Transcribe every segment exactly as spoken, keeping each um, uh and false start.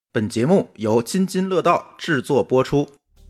本节目由津津乐道制作播出。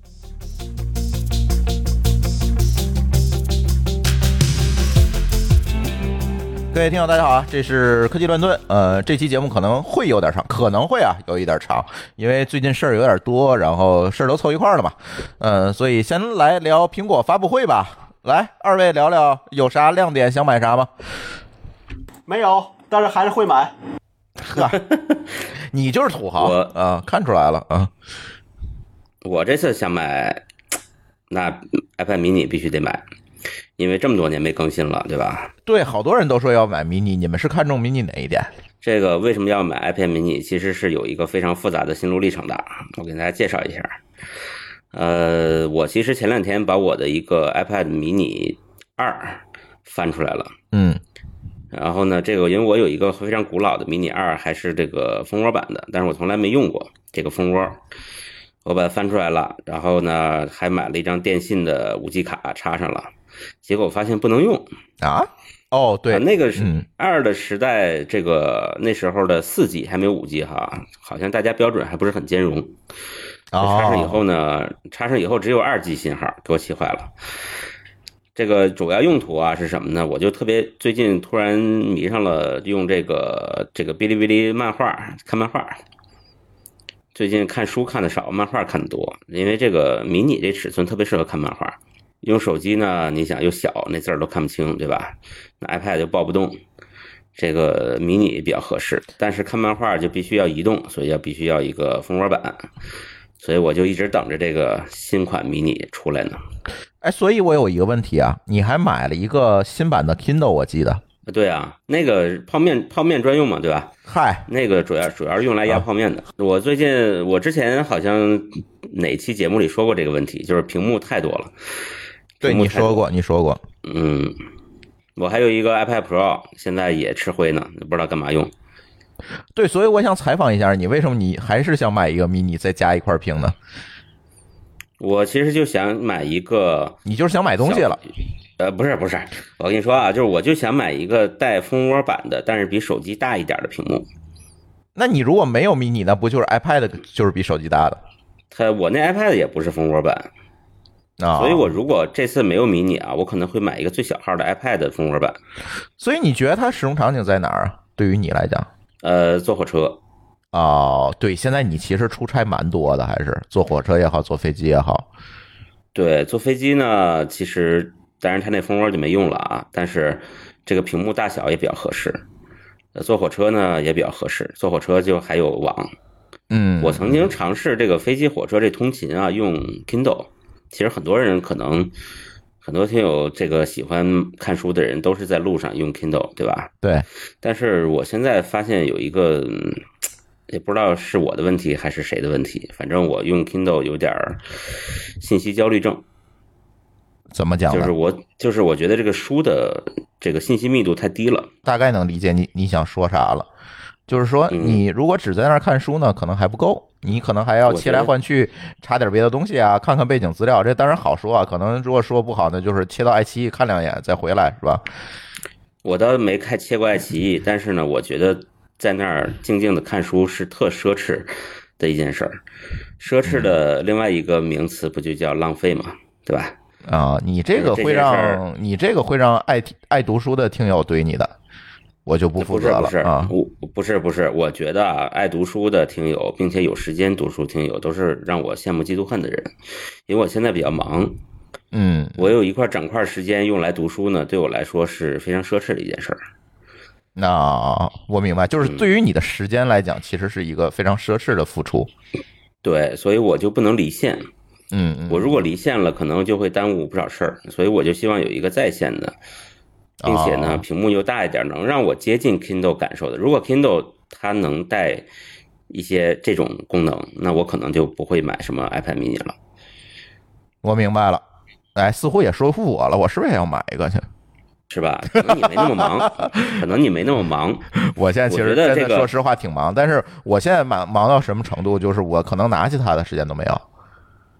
各位听友大家好啊，这是科技乱炖。呃，这期节目可能会有点长，可能会啊有一点长，因为最近事儿有点多，然后事儿都凑一块了嘛。呃，所以先来聊苹果发布会吧。来，二位聊聊有啥亮点，想买啥吗？ 没有，但是还是会买。 呵，你就是土豪啊，看出来了啊。 我这次想买，那 iPad mini 必须得买，因为这么多年没更新了，对吧？ 对，好多人都说要买 mini， 你们是看中 mini 哪一点？ 这个为什么要买 iPad mini？ 其实是有一个非常复杂的心路历程的，我给大家介绍一下。呃，我其实前两天把我的一个 iPad mini 二翻出来了， 嗯。 然后呢，这个因为我有一个非常古老的 mini 二，还是这个蜂窝版的，但是我从来没用过这个蜂窝，我把它翻出来了，然后呢还买了一张电信的 五 G 卡插上了，结果发现不能用啊。哦，对， 啊、那个是二的时代，这个那时候的 四 G 还没有 五 G 哈，好像大家标准还不是很兼容。插上以后呢，插上以后只有 二 G 信号，给我气坏了。这个主要用途啊是什么呢？我就特别最近突然迷上了用这个这个哔哩哔哩漫画看漫画。最近看书看的少，漫画看的多，因为这个迷你这尺寸特别适合看漫画。用手机呢，你想又小，那字儿都看不清，对吧？那 iPad 就抱不动，这个迷你比较合适。但是看漫画就必须要移动，所以要必须要一个蜂窝版。所以我就一直等着这个新款迷你出来呢。 哎，所以我有一个问题啊，你还买了一个新版的 Kindle， 我记得。 对啊，那个泡面泡面专用嘛，对吧？ 嗨， 那个主要主要是用来压泡面的。啊、我最近我之前好像哪期节目里说过这个问题，就是屏幕太多了。 对，你说过，你说过。 嗯，我还有一个 iPad Pro， 现在也吃灰呢，不知道干嘛用。 对，所以我想采访一下你，为什么你还是想买一个 mini 再加一块屏呢？ 我其实就想买一个， 你就是想买东西了。 呃，不是不是，我跟你说啊，就是我就想买一个带蜂窝版的，但是比手机大一点的屏幕。 那你如果没有 mini， 那不就是 iPad 就是比手机大的？ 它我那 iPad 也不是蜂窝版啊，所以我如果这次没有 mini 啊，我可能会买一个最小号的 iPad 的蜂窝版。 所以你觉得它使用场景在哪儿啊？对于你来讲？ 呃，坐火车。 哦，对，现在你其实出差蛮多的，还是坐火车也好，坐飞机也好。 对，坐飞机呢，其实当然它那蜂窝就没用了啊，但是这个屏幕大小也比较合适。坐火车呢也比较合适，坐火车就还有网。 嗯， 我曾经尝试这个飞机、火车这通勤啊，用 Kindle。其实很多人可能。很多听友这个喜欢看书的人都是在路上用 Kindle， 对吧？ 对。 但是我现在发现有一个，也不知道是我的问题还是谁的问题，反正我用 Kindle 有点信息焦虑症。 怎么讲呢？ 就是我，就是我觉得这个书的这个信息密度太低了。 大概能理解你你想说啥了。就是说，你如果只在那儿看书呢，可能还不够，你可能还要切来换去查点别的东西啊，看看背景资料。这当然好说啊，可能如果说不好呢，就是切到爱奇艺看两眼再回来，是吧？ 我倒没开切过爱奇艺，但是呢，我觉得在那儿静静的看书是特奢侈的一件事儿。奢侈的另外一个名词不就叫浪费嘛，对吧？ 啊，你这个会让你这个会让爱爱读书的听友怼你的。我就不负责了。 不是不是啊，我不是不是，我觉得啊，爱读书的听友，并且有时间读书听友，都是让我羡慕嫉妒恨的人。因为我现在比较忙， 嗯， 我有一块整块时间用来读书呢，对我来说是非常奢侈的一件事儿。 那我明白，就是对于你的时间来讲，其实是一个非常奢侈的付出。 对，所以我就不能离线。 嗯， 我如果离线了，可能就会耽误不少事儿，所以我就希望有一个在线的。并且呢，屏幕又大一点，能让我接近 Kindle 感受的。如果 Kindle 它能带一些这种功能，那我可能就不会买什么 iPad mini 了。 我明白了，哎，似乎也说服我了，我是不是也要买一个去？ 是吧？可能你没那么忙，可能你没那么忙。 我现在其实真的说实话挺忙，但是我现在忙忙到什么程度，就是我可能拿起它的时间都没有。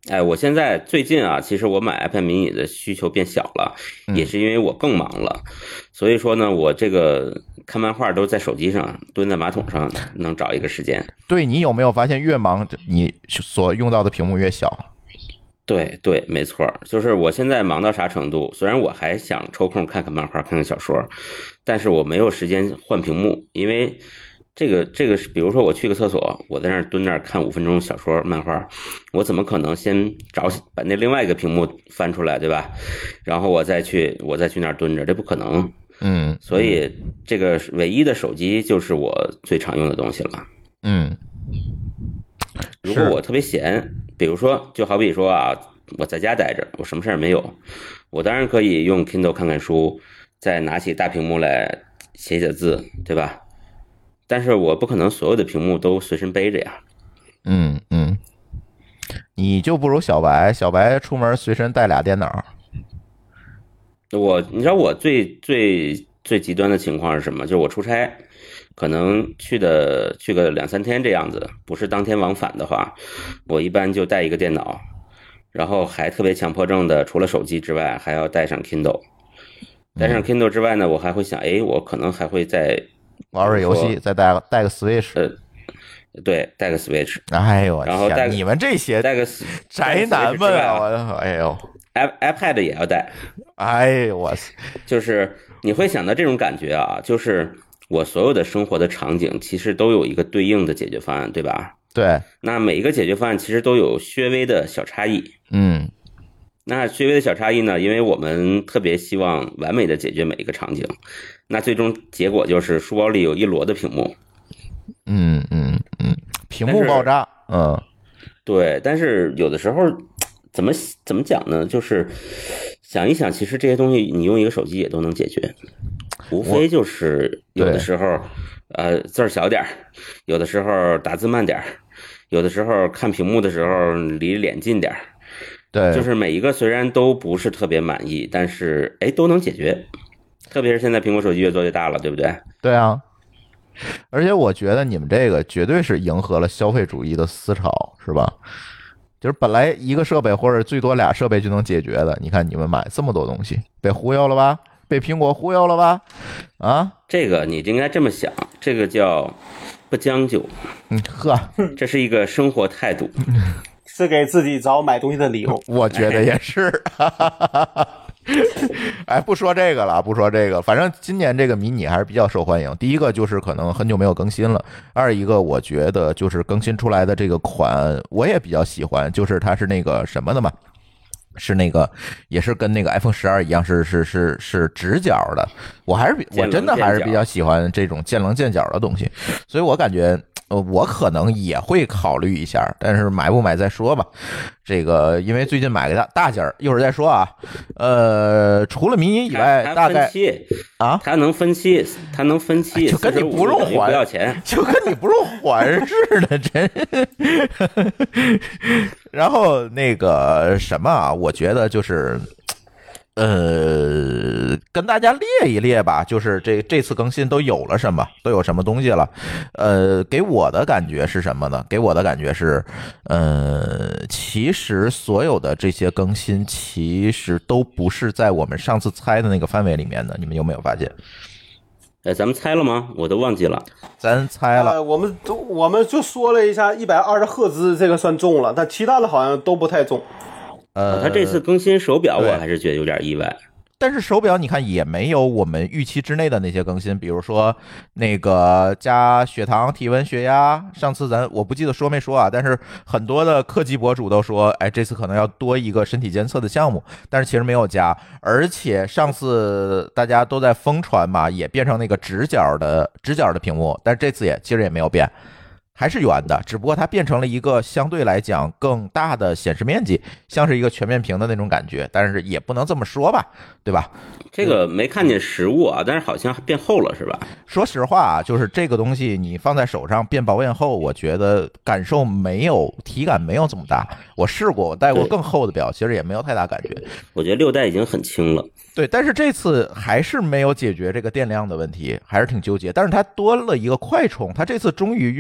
哎，我现在最近啊，其实我买 iPad mini 的需求变小了，也是因为我更忙了，所以说呢，我这个看漫画都在手机上，蹲在马桶上能找一个时间。 对，你有没有发现越忙你所用到的屏幕越小？ 对对，没错，就是我现在忙到啥程度？虽然我还想抽空看看漫画、看看小说，但是我没有时间换屏幕，因为这个这个是，比如说我去个厕所，我在那儿蹲那儿看五分钟小说、漫画，我怎么可能先找把那另外一个屏幕翻出来，对吧？然后我再去我再去那儿蹲着，这不可能。 嗯， 所以这个唯一的手机就是我最常用的东西了。 嗯， 如果我特别闲，比如说就好比说啊，我在家待着，我什么事儿没有，我当然可以用 Kindle 看看书，再拿起大屏幕来写写字，对吧？但是我不可能所有的屏幕都随身背着呀。 嗯嗯，你就不如小白，小白出门随身带俩电脑。 我你知道我最最最极端的情况是什么？就是我出差，可能去的去个两三天这样子，不是当天往返的话，我一般就带一个电脑，然后还特别强迫症的，除了手机之外，还要带上 Kindle。带上 Kindle 之外呢，我还会想，哎，我可能还会再玩玩游戏，再带个带个 Switch。 呃，对，带个 Switch。 哎呦， 然后带你们这些带个宅男们啊，我哎呦 ，iPad 也要带。 哎呦我， 就是你会想到这种感觉啊，就是我所有的生活的场景其实都有一个对应的解决方案，对吧？ 对。 那每一个解决方案其实都有略微的小差异。 嗯。 那略微的小差异呢，因为我们特别希望完美的解决每一个场景，那最终结果就是书包里有一摞的屏幕。 嗯嗯嗯，屏幕爆炸。嗯， 对，但是有的时候怎么怎么讲呢？就是想一想，其实这些东西你用一个手机也都能解决，无非就是有的时候呃字儿小点儿，有的时候打字慢点儿，有的时候看屏幕的时候离脸近点儿。 对， 就是每一个虽然都不是特别满意，但是哎都能解决。特别是现在苹果手机越做越大了，对不对？ 对啊。而且我觉得你们这个绝对是迎合了消费主义的思潮，是吧？就是本来一个设备或者最多俩设备就能解决的，你看你们买这么多东西，被忽悠了吧？被苹果忽悠了吧？啊， 这个你应该这么想，这个叫不将就。 嗯呵， 这是一个生活态度， 是给自己找买东西的理由。 我觉得也是。哎，不说这个了，不说这个，反正今年这个迷你还是比较受欢迎。第一个就是可能很久没有更新了，二一个我觉得就是更新出来的这个款我也比较喜欢，就是它是那个什么的嘛，是那个也是跟那个 iPhone 十二一样，是是是是直角的。我还是我真的还是比较喜欢这种见棱见角的东西，所以我感觉我可能也会考虑一下，但是买不买再说吧。这个因为最近买个大大件儿，一会儿再说啊。呃，除了迷你以外，大概啊， 它能分期，它能分期， 就跟你不用还不要钱， 就跟你不用还似的，真。然后那个什么啊，我觉得就是。呃，跟大家列一列吧，就是这这次更新都有了什么，都有什么东西了。呃，给我的感觉是什么呢？给我的感觉是，呃，其实所有的这些更新，其实都不是在我们上次猜的那个范围里面的。你们有没有发现？ 哎，咱们猜了吗？我都忘记了。 咱猜了， 呃、我们都我们就说了一下一百二十赫兹这个算中了，但其他的好像都不太中。 呃， 他这次更新手表，我还是觉得有点意外。 但是手表你看也没有我们预期之内的那些更新，比如说那个加血糖、体温、血压。上次咱我不记得说没说啊，但是很多的科技博主都说，哎，这次可能要多一个身体监测的项目，但是其实没有加。而且上次大家都在疯传嘛，也变成那个直角的直角的屏幕，但是这次也其实也没有变。还是圆的，只不过它变成了一个相对来讲更大的显示面积，像是一个全面屏的那种感觉，但是也不能这么说吧，对吧？ 这个没看见实物啊，但是好像变厚了，是吧？ 说实话啊，就是这个东西你放在手上变薄变厚，我觉得感受没有体感没有这么大。我试过，我戴过更厚的表，其实也没有太大感觉。 我觉得六代已经很轻了。 对，但是这次还是没有解决这个电量的问题，还是挺纠结。但是它多了一个快充，它这次终于用 U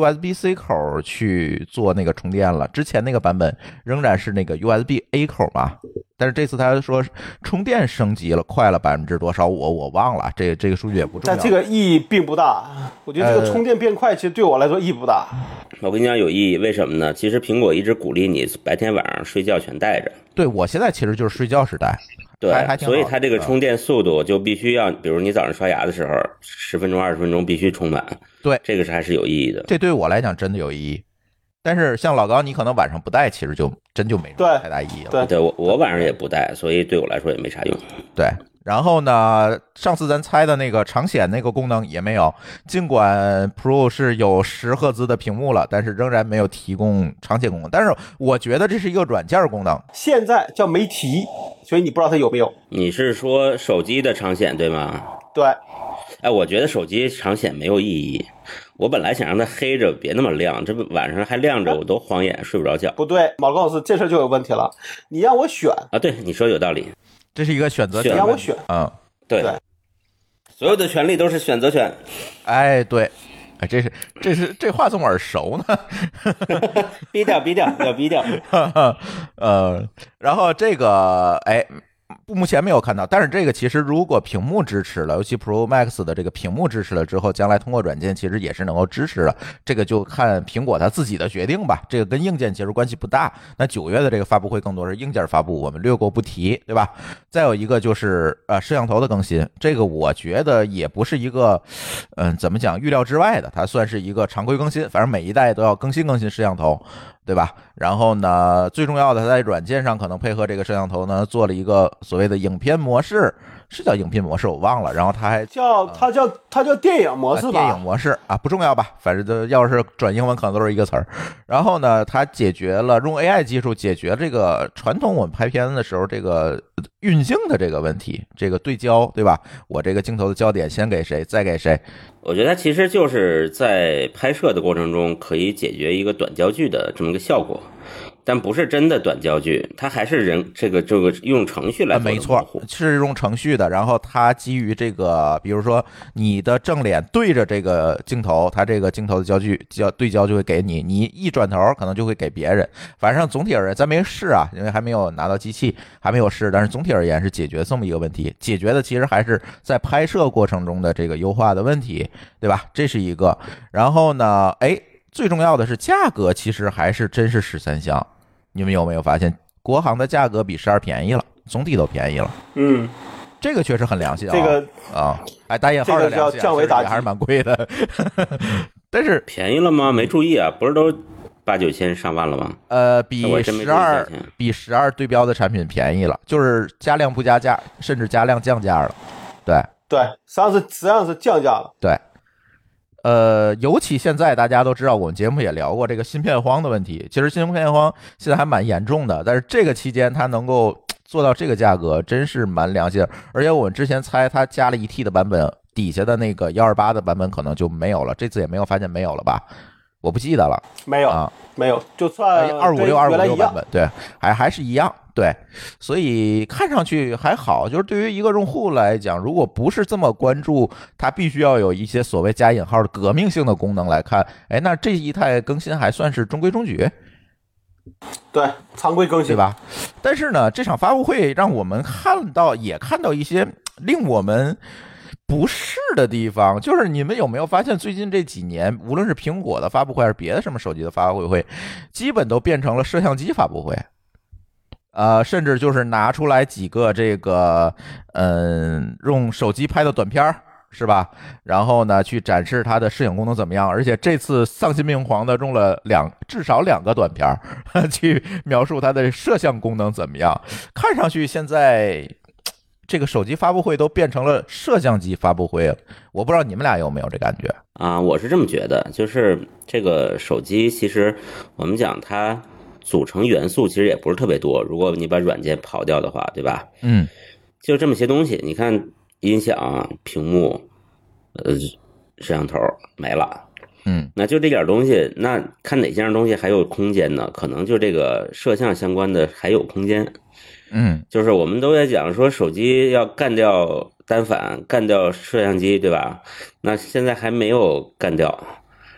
S B C 口去做那个充电了，之前那个版本仍然是那个 U S B A 口嘛。但是这次他说充电升级了，快了百分之多少？我我忘了，这个这个数据也不重要。 但这个意义并不大，我觉得这个充电变快，其实对我来说意义不大。 我跟你讲有意义，为什么呢？其实苹果一直鼓励你白天晚上睡觉全带着。 对，我现在其实就是睡觉时带。 对，所以它这个充电速度就必须要，比如你早上刷牙的时候，十分钟、二十分钟必须充满。 对， 这个是还是有意义的。 这对我来讲真的有意义。但是像老高，你可能晚上不带，其实就真就没什么太大意义了。 对， 对我我晚上也不带，所以对我来说也没啥用。 对，然后呢，上次咱猜的那个长显那个功能也没有，尽管 Pro 是有十赫兹的屏幕了，但是仍然没有提供长显功能。但是我觉得这是一个软件功能， 现在叫没提，所以你不知道它有没有。 你是说手机的长显对吗？ 对。 哎，我觉得手机长显没有意义。我本来想让它黑着，别那么亮，这不晚上还亮着，我都晃眼睡不着觉。 不对，毛高老师，这事就有问题了。你让我选啊？对，你说有道理， 这是一个选择权。 你让我选， 嗯， 对，对所有的权利都是选择权。 哎，对，哎，这是这是这话怎么耳熟呢？ 逼掉，逼掉，要逼掉。 呃，然后这个，哎。目前没有看到，但是这个其实如果屏幕支持了，尤其 Pro Max 的这个屏幕支持了之后，将来通过软件其实也是能够支持的。这个就看苹果它自己的决定吧，这个跟硬件其实关系不大。那九月的这个发布会更多是硬件发布，我们略过不提，对吧？再有一个就是呃摄像头的更新，这个我觉得也不是一个嗯怎么讲预料之外的，它算是一个常规更新，反正每一代都要更新更新摄像头。对吧？然后呢，最重要的，它在软件上可能配合这个摄像头呢，做了一个所谓的影片模式，是叫影片模式，我忘了。然后它还叫它叫它叫电影模式吧？ 电影模式啊，不重要吧？反正都要是转英文，可能都是一个词儿。然后呢，它解决了用 A I 技术解决这个传统我们拍片的时候这个运镜的这个问题，这个对焦，对吧？我这个镜头的焦点先给谁，再给谁？ 我觉得它其实就是在拍摄的过程中可以解决一个短焦距的这么一个效果，但不是真的短焦距，它还是人这个这个用程序来做的没错，是用程序的。然后它基于这个，比如说你的正脸对着这个镜头，它这个镜头的焦距焦对焦就会给你，你一转头可能就会给别人。反正总体而言，咱没试啊，因为还没有拿到机器，还没有试。但是总体而言是解决这么一个问题，解决的其实还是在拍摄过程中的这个优化的问题，对吧？这是一个。然后呢，哎，最重要的是价格，其实还是真是十三香。你们有没有发现，国行的价格比十二便宜了，总体都便宜了？ 嗯， 这个确实很良心啊。 这个啊，哎，打引号的良心、啊， 降维打击还是蛮贵的。但是便宜了吗？没注意啊，不是都八九千上万了吗？ 呃，比十二比十二对标的产品便宜了，就是加量不加价，甚至加量降价了。对对，实际上是实际上是降价了。 对。呃，尤其现在大家都知道，我们节目也聊过这个芯片荒的问题。其实芯片荒现在还蛮严重的，但是这个期间它能够做到这个价格，真是蛮良心。而且我们之前猜它加了一 T 的版本，底下的那个一二八的版本可能就没有了，这次也没有发现没有了吧？我不记得了， 没有啊， 没有，就算二五六二五六版本，对，还还是一样。对，所以看上去还好，就是对于一个用户来讲，如果不是这么关注它必须要有一些所谓加引号的革命性的功能来看，哎，那这一代更新还算是中规中矩。 对，常规更新， 对吧？但是呢，这场发布会让我们看到，也看到一些令我们不适的地方。就是你们有没有发现，最近这几年，无论是苹果的发布会还是别的什么手机的发布会，基本都变成了摄像机发布会。呃，甚至就是拿出来几个这个，嗯，用手机拍的短片是吧？然后呢，去展示它的摄影功能怎么样？而且这次丧心病狂的用了两至少两个短片去描述它的摄像功能怎么样。看上去现在这个手机发布会都变成了摄像机发布会了。我不知道你们俩有没有这感觉啊？我是这么觉得，就是这个手机其实我们讲它组成元素其实也不是特别多，如果你把软件刨掉的话，对吧？ 嗯， 就这么些东西。你看音响、屏幕、呃，摄像头没了， 嗯， 那就这点东西。那看哪些东西还有空间呢？可能就这个摄像相关的还有空间。 嗯， 就是我们都在讲说手机要干掉单反，干掉摄像机，对吧？那现在还没有干掉。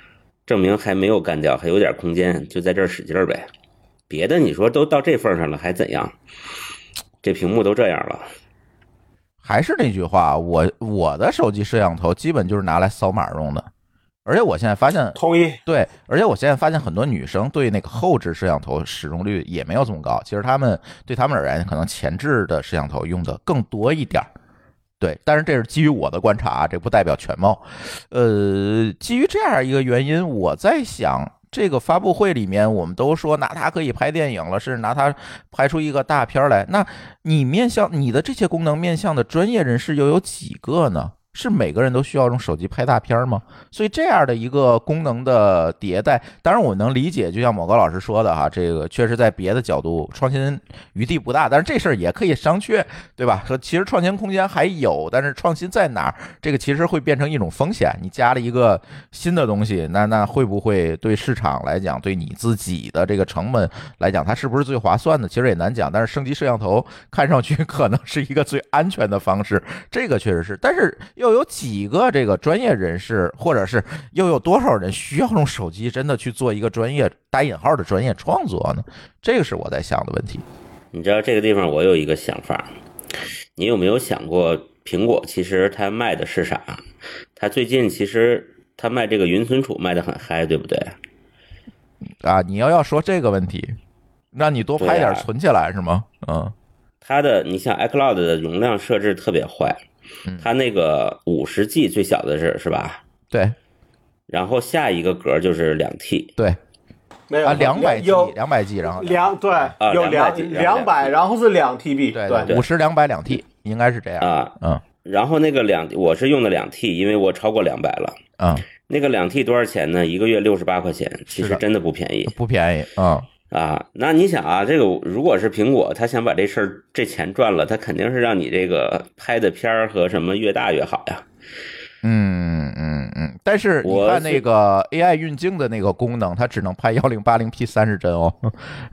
证明还没有干掉，还有点空间，就在这儿使劲儿呗。别的你说都到这份上了，还怎样？这屏幕都这样了。 还是那句话，我我的手机摄像头基本就是拿来扫码用的，而且我现在发现， 同意， 对，而且我现在发现很多女生对那个后置摄像头使用率也没有这么高，其实她们对她们而言，可能前置的摄像头用的更多一点。对，但是这是基于我的观察，这不代表全貌。呃，基于这样一个原因，我在想，这个发布会里面，我们都说拿它可以拍电影了，甚至拿它拍出一个大片来。那你面向你的这些功能面向的专业人士又有几个呢？是每个人都需要用手机拍大片吗？所以这样的一个功能的迭代，当然我能理解，就像某高老师说的哈，这个确实在别的角度创新余地不大，但是这事儿也可以商榷，对吧？说其实创新空间还有，但是创新在哪儿？这个其实会变成一种风险。你加了一个新的东西，那那会不会对市场来讲，对你自己的这个成本来讲，它是不是最划算的？其实也难讲。但是升级摄像头看上去可能是一个最安全的方式，这个确实是。但是又有几个这个专业人士，或者是又有多少人需要用手机真的去做一个专业打引号的专业创作呢？这个是我在想的问题。 你知道这个地方我有一个想法，你有没有想过苹果其实它卖的是啥？它最近其实它卖这个云存储卖的很嗨，对不对？ 啊，你要要说这个问题，让你多拍点存起来是吗？嗯， 它的你像 iCloud 的容量设置特别坏。它那个五十 G 最小的是是吧？ 对。 然后下一个格就是两 T。 对。 没有啊，两百 G， 两百 G， 然后两对有两两百，然后是两 T B， 对对，五十、两百、两 T， 应该是这样啊。 嗯。 然后那个两，我是用的两 T， 因为我超过两百了。 嗯。 那个两 T 多少钱呢？一个月六十八块钱，其实真的不便宜， 不便宜啊。嗯啊，那你想啊，这个如果是苹果，他想把这事儿这钱赚了，他肯定是让你这个拍的片儿和什么越大越好呀。 嗯嗯嗯，但是你看那个 A I 运镜的那个功能，它只能拍 一零八零 P 三十帧哦。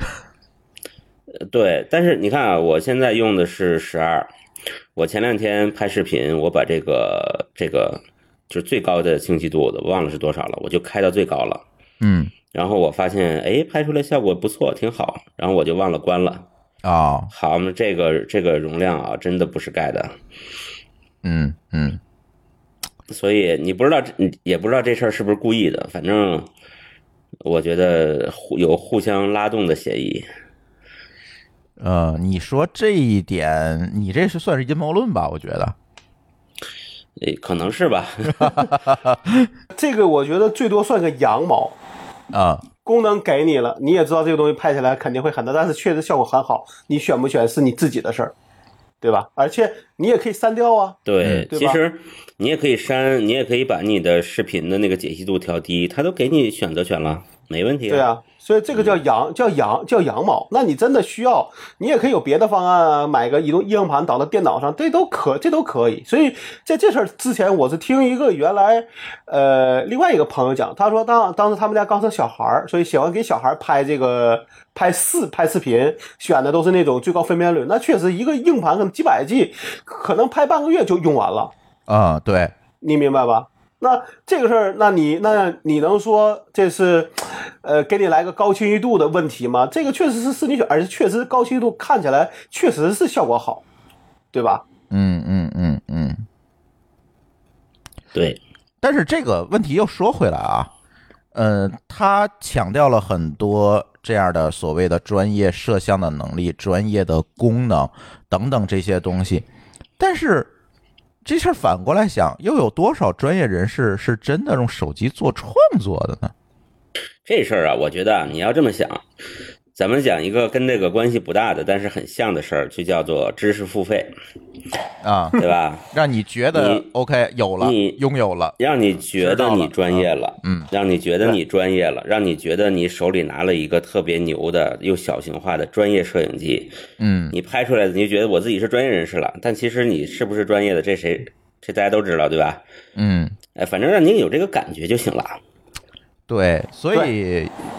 对，但是你看啊，我现在用的是十二，我前两天拍视频，我把这个这个就是最高的清晰度，我忘了是多少了，我就开到最高了。 嗯。 然后我发现，哎，拍出来效果不错，挺好。然后我就忘了关了。 啊、哦， 好，这个这个容量啊，真的不是盖的。 嗯嗯。 所以你不知道，也不知道这事儿是不是故意的。反正我觉得有互相拉动的嫌疑。 呃，你说这一点，你这是算是阴谋论吧？我觉得。 诶，可能是吧。 这个我觉得最多算个羊毛。 啊， 功能给你了，你也知道这个东西拍起来肯定会很大，但是确实效果很好，你选不选是你自己的事儿，对吧？而且你也可以删掉啊。 对， 对， 其实你也可以删，你也可以把你的视频的那个解析度调低，它都给你选择权了，没问题。 对啊，所以这个叫羊，叫羊，叫羊毛。那你真的需要，你也可以有别的方案啊，买个移动硬盘导到电脑上，这都可，这都可以。所以在这事儿之前，我是听一个原来呃另外一个朋友讲，他说当当时他们家刚生小孩，所以喜欢给小孩拍这个拍视拍视频，选的都是那种最高分辨率。那确实一个硬盘可能几百 G， 可能拍半个月就用完了。 啊、嗯，对， 你明白吧？那这个事儿，那你那你能说这是，呃，给你来个高清晰度的问题吗？这个确实是是你选，而且确实高清晰度看起来确实是效果好，对吧？ 嗯嗯嗯嗯， 对。 但是这个问题又说回来啊，呃，他强调了很多这样的所谓的专业摄像的能力、专业的功能等等这些东西，但是。这事儿反过来想，又有多少专业人士是真的用手机做创作的呢？ 这事儿啊，我觉得你要这么想，咱们讲一个跟这个关系不大的，但是很像的事儿，就叫做知识付费啊， 对吧？ 让你觉得 OK 有了， 你拥有了， 让你觉得你专业了， 嗯， 让你觉得你专业了，让你觉得你手里拿了一个特别牛的又小型化的专业摄影机， 嗯， 你拍出来的，你就觉得我自己是专业人士了，但其实你是不是专业的，这谁这大家都知道，对吧？ 嗯， 哎，反正让你有这个感觉就行了。 对，所以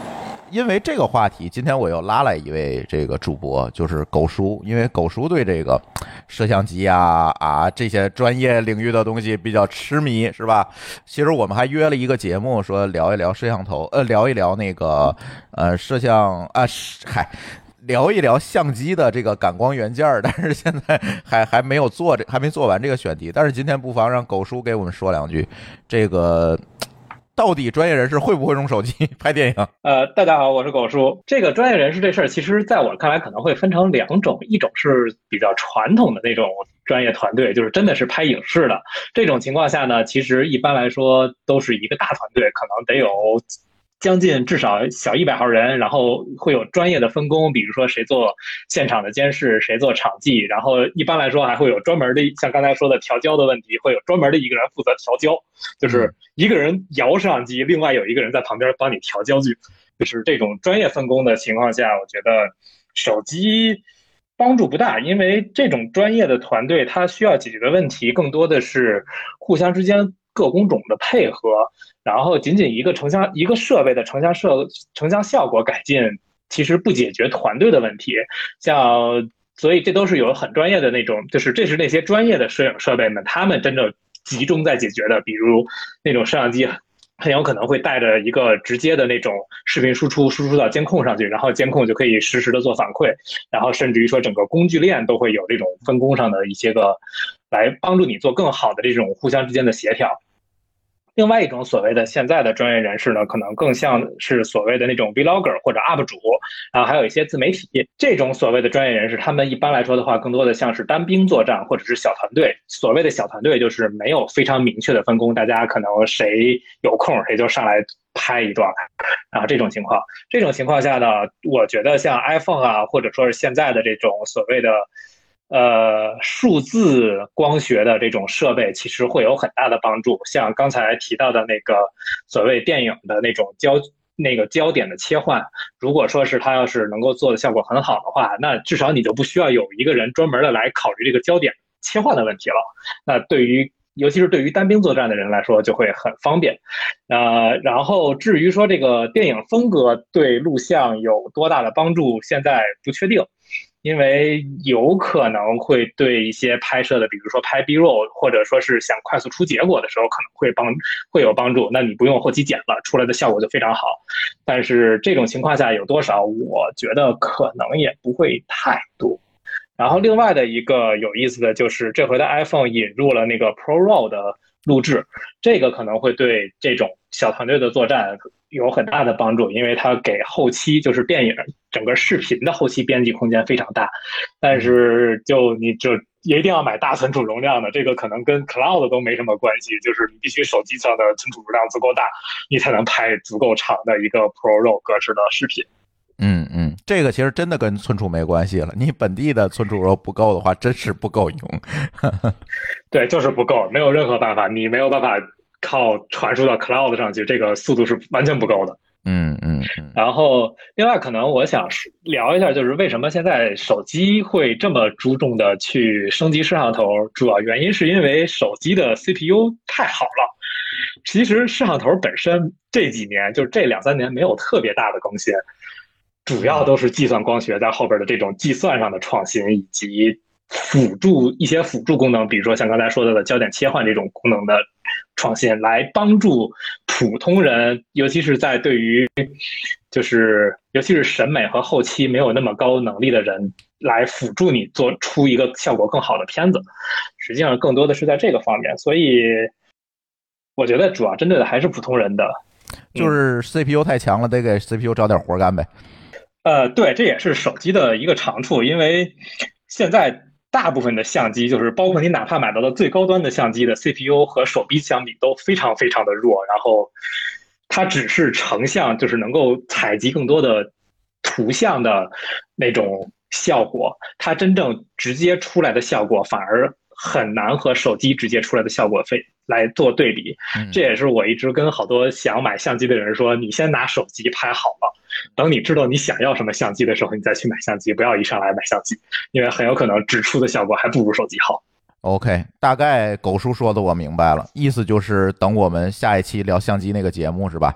因为这个话题，今天我又拉来一位这个主播，就是狗叔，因为狗叔对这个摄像机啊啊这些专业领域的东西比较痴迷，是吧？其实我们还约了一个节目，说聊一聊摄像头，呃，聊一聊那个呃摄像啊，嗨。聊一聊相机的这个感光元件，但是现在还还没有做这，还没做完这个选题。但是今天不妨让狗叔给我们说两句，这个到底专业人士会不会用手机拍电影？ 呃，大家好，我是狗叔。这个专业人士这事儿，其实在我看来可能会分成两种，一种是比较传统的那种专业团队，就是真的是拍影视的。这种情况下呢，其实一般来说都是一个大团队，可能得有将近至少小一百号人，然后会有专业的分工，比如说谁做现场的监视，谁做场记，然后一般来说还会有专门的，像刚才说的调焦的问题，会有专门的一个人负责调焦，就是一个人摇摄像机，另外有一个人在旁边帮你调焦距，就是这种专业分工的情况下，我觉得手机帮助不大，因为这种专业的团队它需要解决的问题更多的是互相之间各工种的配合，然后仅仅一个成像一个设备的成像摄成像效果改进，其实不解决团队的问题。像所以这都是有很专业的那种，就是这是那些专业的摄影设备们他们真正集中在解决的，比如那种摄像机很有可能会带着一个直接的那种视频输出输出到监控上去，然后监控就可以实时的做反馈，然后甚至于说整个工具链都会有这种分工上的一些个来帮助你做更好的这种互相之间的协调。另外一种所谓的现在的专业人士呢，可能更像是所谓的那种 vlogger 或者 U P 主，然后还有一些自媒体。这种所谓的专业人士，他们一般来说的话，更多的像是单兵作战或者是小团队。所谓的小团队就是没有非常明确的分工，大家可能谁有空谁就上来拍一段，然后这种情况，这种情况下呢，我觉得像 iPhone 啊，或者说是现在的这种所谓的呃，数字光学的这种设备其实会有很大的帮助，像刚才提到的那个所谓电影的那种焦那个焦点的切换，如果说是它要是能够做的效果很好的话，那至少你就不需要有一个人专门的来考虑这个焦点切换的问题了。那对于尤其是对于单兵作战的人来说就会很方便。呃，然后至于说这个电影风格对录像有多大的帮助，现在不确定。因为有可能会对一些拍摄的，比如说拍 B-roll， 或者说是想快速出结果的时候，可能会帮会有帮助。那你不用后期剪了，出来的效果就非常好。但是这种情况下有多少，我觉得可能也不会太多。然后另外的一个有意思的就是这回的 iPhone 引入了那个 ProRAW 的录制，这个可能会对这种小团队的作战有很大的帮助，因为它给后期就是电影整个视频的后期编辑空间非常大。但是就你就一定要买大存储容量的，这个可能跟 Cloud 都没什么关系，就是你必须手机上的存储容量足够大，你才能拍足够长的一个 ProRAW 格式的视频。 嗯嗯，这个其实真的跟存储没关系了，你本地的存储如果不够的话，真是不够用。 对，就是不够，没有任何办法，你没有办法靠传输到 Cloud 上去，这个速度是完全不够的。 嗯嗯嗯。 然后另外可能我想聊一下，就是为什么现在手机会这么注重的去升级摄像头，主要原因是因为手机的 C P U 太好了。其实摄像头本身这几年就是这两三年没有特别大的更新，主要都是计算光学在后边的这种计算上的创新，以及辅助一些辅助功能，比如说像刚才说到的焦点切换这种功能的创新，来帮助普通人，尤其是在对于就是尤其是审美和后期没有那么高能力的人，来辅助你做出一个效果更好的片子。实际上更多的是在这个方面，所以我觉得主要针对的还是普通人的。 就是 C P U 太强了，得给 C P U 找点活干呗。 呃，对，这也是手机的一个长处，因为现在大部分的相机，就是包括你哪怕买到的最高端的相机的 C P U 和手臂相比都非常非常的弱，然后它只是成像，就是能够采集更多的图像的那种效果，它真正直接出来的效果反而很难和手机直接出来的效果非来做对比。这也是我一直跟好多想买相机的人说，你先拿手机拍好了，等你知道你想要什么相机的时候，你再去买相机，不要一上来买相机，因为很有可能只出的效果还不如手机好。 OK， 大概狗叔说的我明白了，意思就是等我们下一期聊相机那个节目是吧？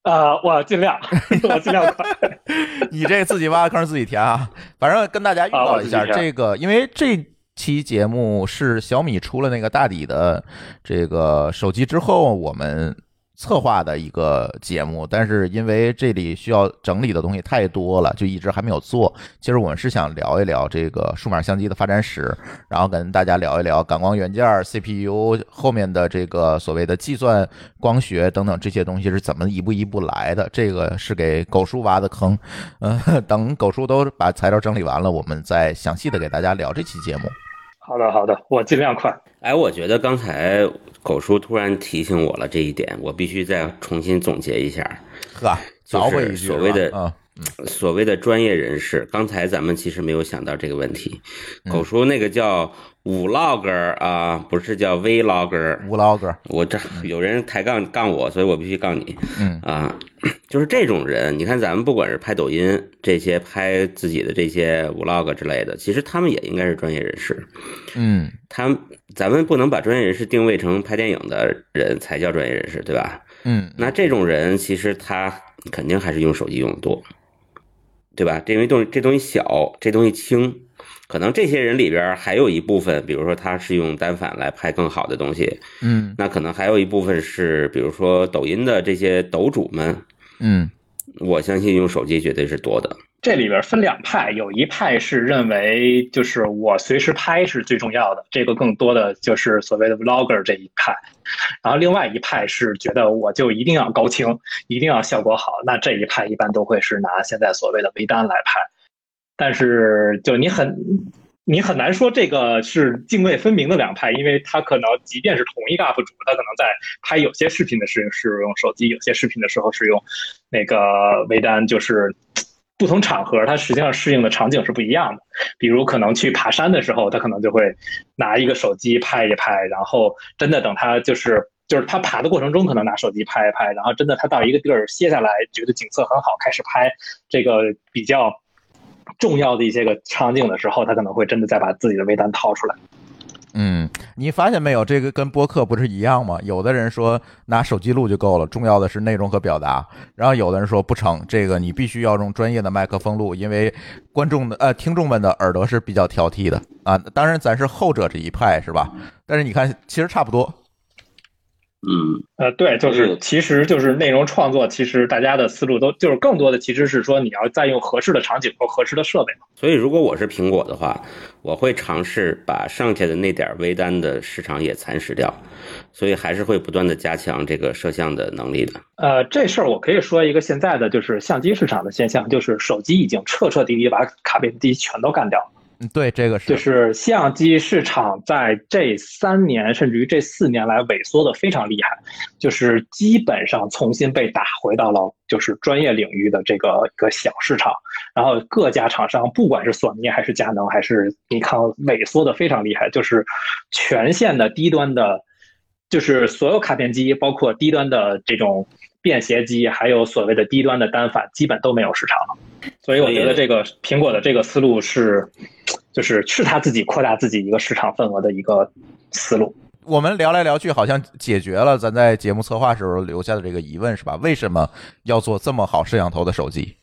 呃，我尽量，我尽量快。 你这自己挖坑自己填啊！反正跟大家预告一下， 啊、 这个因为这期节目是小米出了那个大底的这个手机之后，我们策划的一个节目，但是因为这里需要整理的东西太多了，就一直还没有做。其实我们是想聊一聊这个数码相机的发展史，然后跟大家聊一聊感光元件、C P U 后面的这个所谓的计算光学等等这些东西是怎么一步一步来的。这个是给狗叔挖的坑，嗯、呃，等狗叔都把材料整理完了，我们再详细的给大家聊这期节目。 好的，好的，我尽量快。 哎，我觉得刚才狗叔突然提醒我了这一点，我必须再重新总结一下。 呵， 就是所谓的、 嗯嗯、所谓的专业人士，刚才咱们其实没有想到这个问题。狗叔那个叫vlogger啊，不是叫 vlogger。vlogger， 我这有人抬杠杠我，所以我必须杠你。 嗯啊，就是这种人，你看咱们不管是拍抖音这些，拍自己的这些 vlog 之类的，其实他们也应该是专业人士。 嗯， 他们咱们不能把专业人士定位成拍电影的人才叫专业人士，对吧？ 嗯， 那这种人其实他肯定还是用手机用的多，对吧？这因为东这东西小，这东西轻。可能这些人里边还有一部分，比如说他是用单反来拍更好的东西， 嗯， 那可能还有一部分是，比如说抖音的这些抖主们， 嗯， 我相信用手机绝对是多的。 这里边分两派，有一派是认为就是我随时拍是最重要的，这个更多的就是所谓的 vlogger 这一派，然后另外一派是觉得我就一定要高清，一定要效果好，那这一派一般都会是拿现在所谓的微单来拍。但是就你很你很难说这个是泾渭分明的两派，因为他可能即便是同一个 U P 主，他可能在拍有些视频的时候是用手机，有些视频的时候是用那个微单，就是不同场合它实际上适应的场景是不一样的。比如可能去爬山的时候，他可能就会拿一个手机拍一拍，然后真的等他就是就是他爬的过程中可能拿手机拍一拍，然后真的他到一个地儿歇下来觉得景色很好，开始拍这个比较重要的一些个场景的时候，他可能会真的再把自己的微单掏出来。 嗯，你发现没有，这个跟播客不是一样吗？有的人说拿手机录就够了，重要的是内容和表达，然后有的人说不成，这个你必须要用专业的麦克风录，因为观众的呃听众们的耳朵是比较挑剔的啊。当然咱是后者这一派是吧？但是你看其实差不多。 嗯， 呃，对，就是其实就是内容创作，其实大家的思路都就是更多的其实是说你要再用合适的场景或合适的设备嘛。 所以如果我是苹果的话，我会尝试把剩下的那点微单的市场也蚕食掉，所以还是会不断的加强这个摄像的能力的。 呃，这事儿我可以说一个现在的就是相机市场的现象，就是手机已经彻彻底底把卡片机全都干掉了。 对，这个是就是相机市场在这三年甚至于这四年来萎缩的非常厉害，就是基本上重新被打回到了就是专业领域的这个一个小市场，然后各家厂商不管是索尼还是佳能还是尼康萎缩的非常厉害，就是全线的低端的，就是所有卡片机包括低端的这种便携机还有所谓的低端的单反基本都没有市场了。所以我觉得这个苹果的这个思路是就是是他自己扩大自己一个市场份额的一个思路。 我们聊来聊去好像解决了咱在节目策划时候留下的这个疑问是吧？为什么要做这么好摄像头的手机？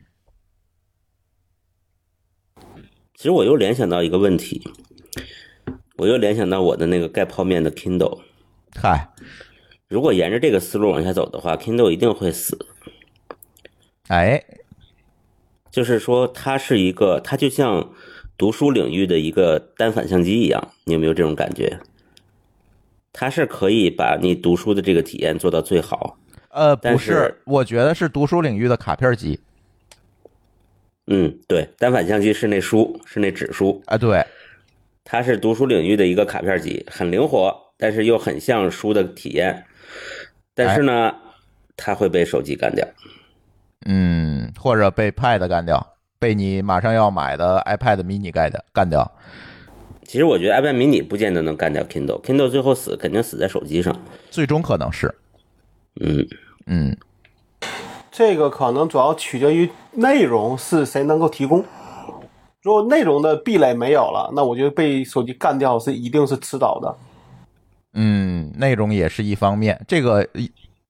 其实我又联想到一个问题，我又联想到我的那个盖泡面的 Kindle。 嗨， 如果沿着这个思路往下走的话 Kindle 一定会死。 哎， 就是说它是一个，它就像读书领域的一个单反相机一样，你有没有这种感觉？它是可以把你读书的这个体验做到最好。 呃，不是， 是，我觉得是读书领域的卡片机。 嗯，对，单反相机是那书，是那纸书啊，对， 它是读书领域的一个卡片机，很灵活，但是又很像书的体验。但是呢，哎、它会被手机干掉。 嗯，或者被 Pad 干掉，被你马上要买的 iPad mini 干掉干掉。 其实我觉得 iPad mini 不见得能干掉 Kindle， Kindle 最后死肯定死在手机上， 最终可能是。 嗯嗯， 这个可能主要取决于内容是谁能够提供。如果内容的壁垒没有了，那我觉得被手机干掉是一定是迟早的。 嗯，内容也是一方面，这个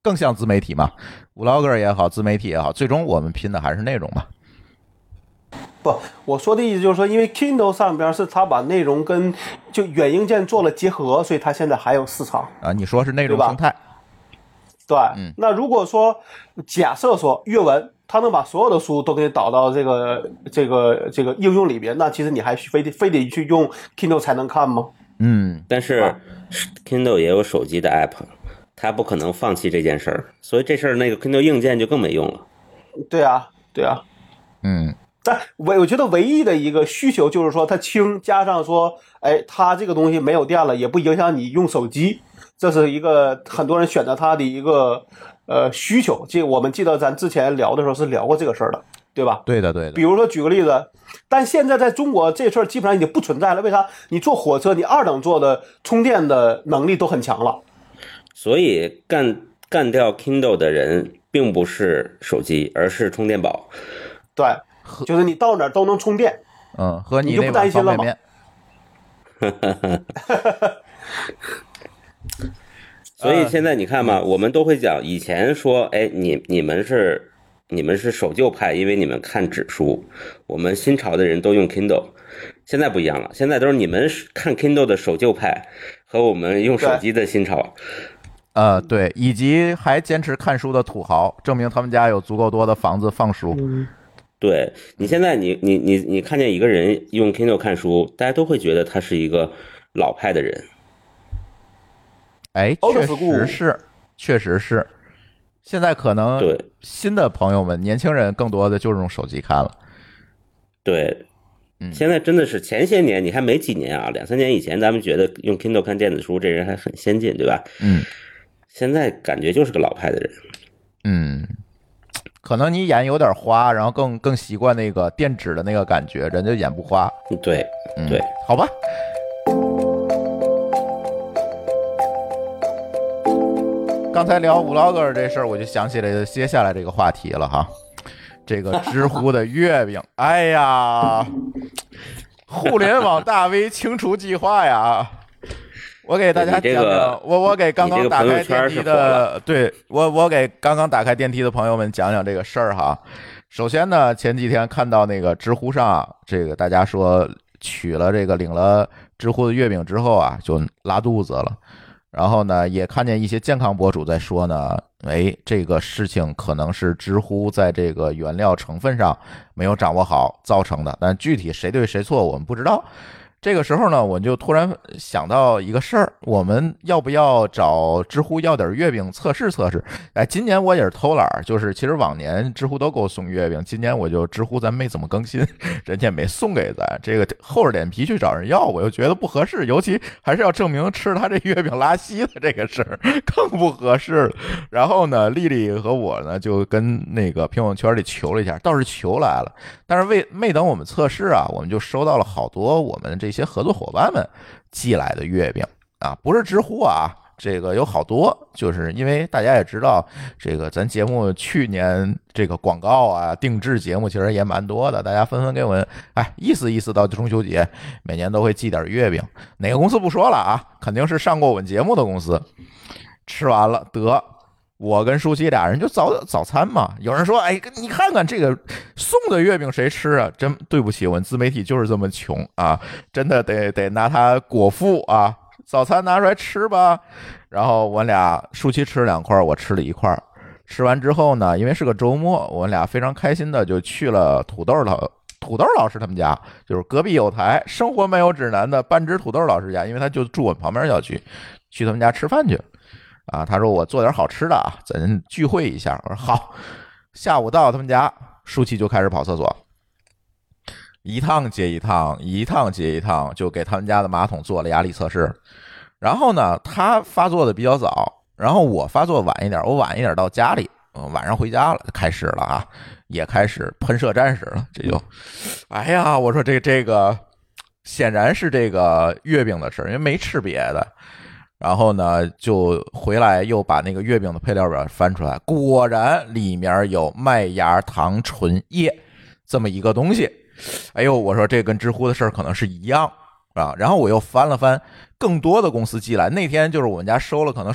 更像自媒体嘛 ，vlogger 也好，自媒体也好，最终我们拼的还是内容嘛。 不，我说的意思就是说，因为 Kindle 上边是它把内容跟就软硬件做了结合，所以它现在还有市场啊。你说是内容生态， 对，嗯。那如果说假设说阅文，它能把所有的书都给你导到这个这个这个应用里边，那其实你还非得非得去用 Kindle 才能看吗？ 嗯， 但是 Kindle 也有手机的 app， 它不可能放弃这件事儿，所以这事儿那个 Kindle 硬件就更没用了。 对啊，对啊， 嗯。 但我我觉得唯一的一个需求就是说它轻，加上说，哎，它这个东西没有电了，也不影响你用手机，这是一个很多人选择它的一个呃需求。这我们记得咱之前聊的时候是聊过这个事儿的，对吧？ 对的，对的。 比如说举个例子，但现在在中国这事儿基本上已经不存在了。为啥？你坐火车，你二等座的充电的能力都很强了。 所以干干掉 Kindle 的人并不是手机，而是充电宝。 对。就是你到哪儿都能充电， 嗯，和你就不担心了吗？ 所以现在你看嘛，我们都会讲，以前说，哎，你你们是你们是守旧派，因为你们看纸书，我们新潮的人都用 Kindle， 现在不一样了，现在都是你们看 Kindle 的守旧派和我们用手机的新潮。 呃，对，以及还坚持看书的土豪，证明他们家有足够多的房子放书。 嗯， 对，你现在你你你你看见一个人用 Kindle 看书，大家都会觉得他是一个老派的人。 哎，确实是，确实是。现在可能对新的朋友们、年轻人更多的就是用手机看了。 对， 嗯， 现在真的是前些年，你看没几年啊，两三年以前，咱们觉得用 Kindle 看电子书，这人还很先进，对吧？ 嗯， 现在感觉就是个老派的人。 嗯。可能你眼有点花，然后更更习惯那个电子的那个感觉，人家眼不花。 对，对、嗯， 好吧。刚才聊 vlogger 这事儿，我就想起来接下来这个话题了哈。这个知乎的月饼，哎呀，互联网大 V 清除计划呀！我给大家讲讲， 这个、 我我给刚刚打开电梯的，对我我给刚刚打开电梯的朋友们讲讲这个事儿哈。首先呢，前几天看到那个知乎上，这个大家说取了这个领了知乎的月饼之后啊，就拉肚子了。然后呢，也看见一些健康博主在说呢，哎，这个事情可能是知乎在这个原料成分上没有掌握好造成的，但具体谁对谁错我们不知道。这个时候呢，我就突然想到一个事儿，我们要不要找知乎要点月饼测试测试？哎，今年我也是偷懒，就是其实往年知乎都给我送月饼，今年我就知乎咱没怎么更新，人家没送给咱，这个厚着脸皮去找人要，我又觉得不合适，尤其还是要证明吃他这月饼拉稀的这个事儿更不合适了。然后呢，丽丽和我呢就跟那个评论圈里求了一下，倒是求来了，但是未没等我们测试啊，我们就收到了好多我们这。一些合作伙伴们寄来的月饼啊，不是知乎啊，这个有好多，就是因为大家也知道，这个咱节目去年这个广告啊、定制节目其实也蛮多的，大家纷纷给我们哎意思意思，到中秋节每年都会寄点月饼，哪个公司不说了啊？肯定是上过我们节目的公司。吃完了得。我跟舒淇俩人就早早餐嘛，有人说，哎，你看看这个送的月饼谁吃啊？真对不起，我们自媒体就是这么穷啊，真的得得拿它果腹啊，早餐拿出来吃吧。然后我俩舒淇吃两块，我吃了一块。吃完之后呢，因为是个周末，我俩非常开心的就去了土豆老土豆老师他们家，就是隔壁有台生活没有指南的半只土豆老师家，因为他就住我们旁边小区，去他们家吃饭去。啊，他说我做点好吃的啊，咱聚会一下。我说好。下午到他们家，舒淇就开始跑厕所，一趟接一趟，一趟接一趟，就给他们家的马桶做了压力测试。然后呢，他发作的比较早，然后我发作晚一点，我晚一点到家里，晚上回家了，开始了啊，也开始喷射战士了。这就，哎呀，我说这这个显然是这个月饼的事，因为没吃别的。然后呢，就回来又把那个月饼的配料表翻出来，果然里面有麦芽糖醇液这么一个东西。哎呦，我说这跟知乎的事儿可能是一样啊。然后我又翻了翻更多的公司寄来，那天就是我们家收了可能十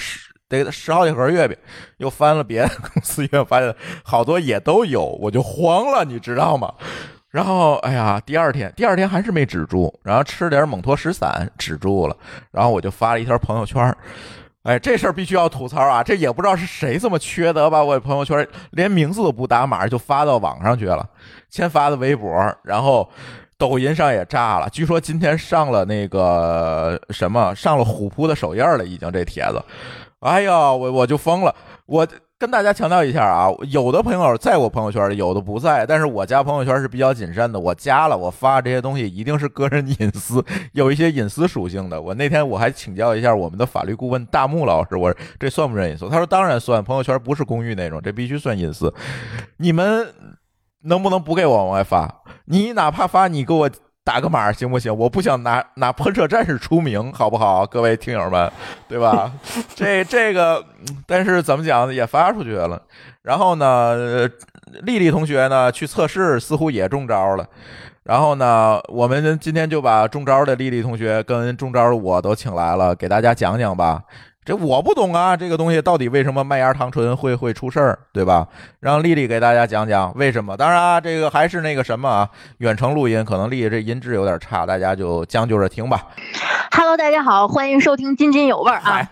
得十好几盒月饼，又翻了别的公司月饼，发现好多也都有，我就慌了，你知道吗？然后，哎呀，第二天，第二天还是没止住，然后吃点蒙脱石散止住了，然后我就发了一条朋友圈，哎，这事儿必须要吐槽啊！这也不知道是谁这么缺德，把我朋友圈连名字都不打码就发到网上去了，先发的微博，然后抖音上也炸了，据说今天上了那个什么，上了虎扑的首页了，已经这帖子。哎呀，我我就疯了！我跟大家强调一下啊，有的朋友在我朋友圈里，有的不在，但是我加朋友圈是比较谨慎的，我加了，我发这些东西一定是个人隐私，有一些隐私属性的。我那天我还请教一下我们的法律顾问大木老师，我说这算不算隐私？他说当然算，朋友圈不是公寓那种，这必须算隐私。你们能不能不给我往外发？你哪怕发，你给我打个码行不行？我不想拿拿喷射战士出名，好不好？各位听友们，对吧？这这个，但是怎么讲也发出去了。然后呢，丽丽同学呢去测试，似乎也中招了。然后呢，我们今天就把中招的丽丽同学跟中招的我都请来了，给大家讲讲吧。这我不懂啊，这个东西到底为什么麦芽糖醇会会出事儿，对吧？让丽丽给大家讲讲为什么。当然啊，这个还是那个什么啊，远程录音，可能丽丽这音质有点差，大家就将就着听吧。 Hello， 大家好，欢迎收听津津有味啊。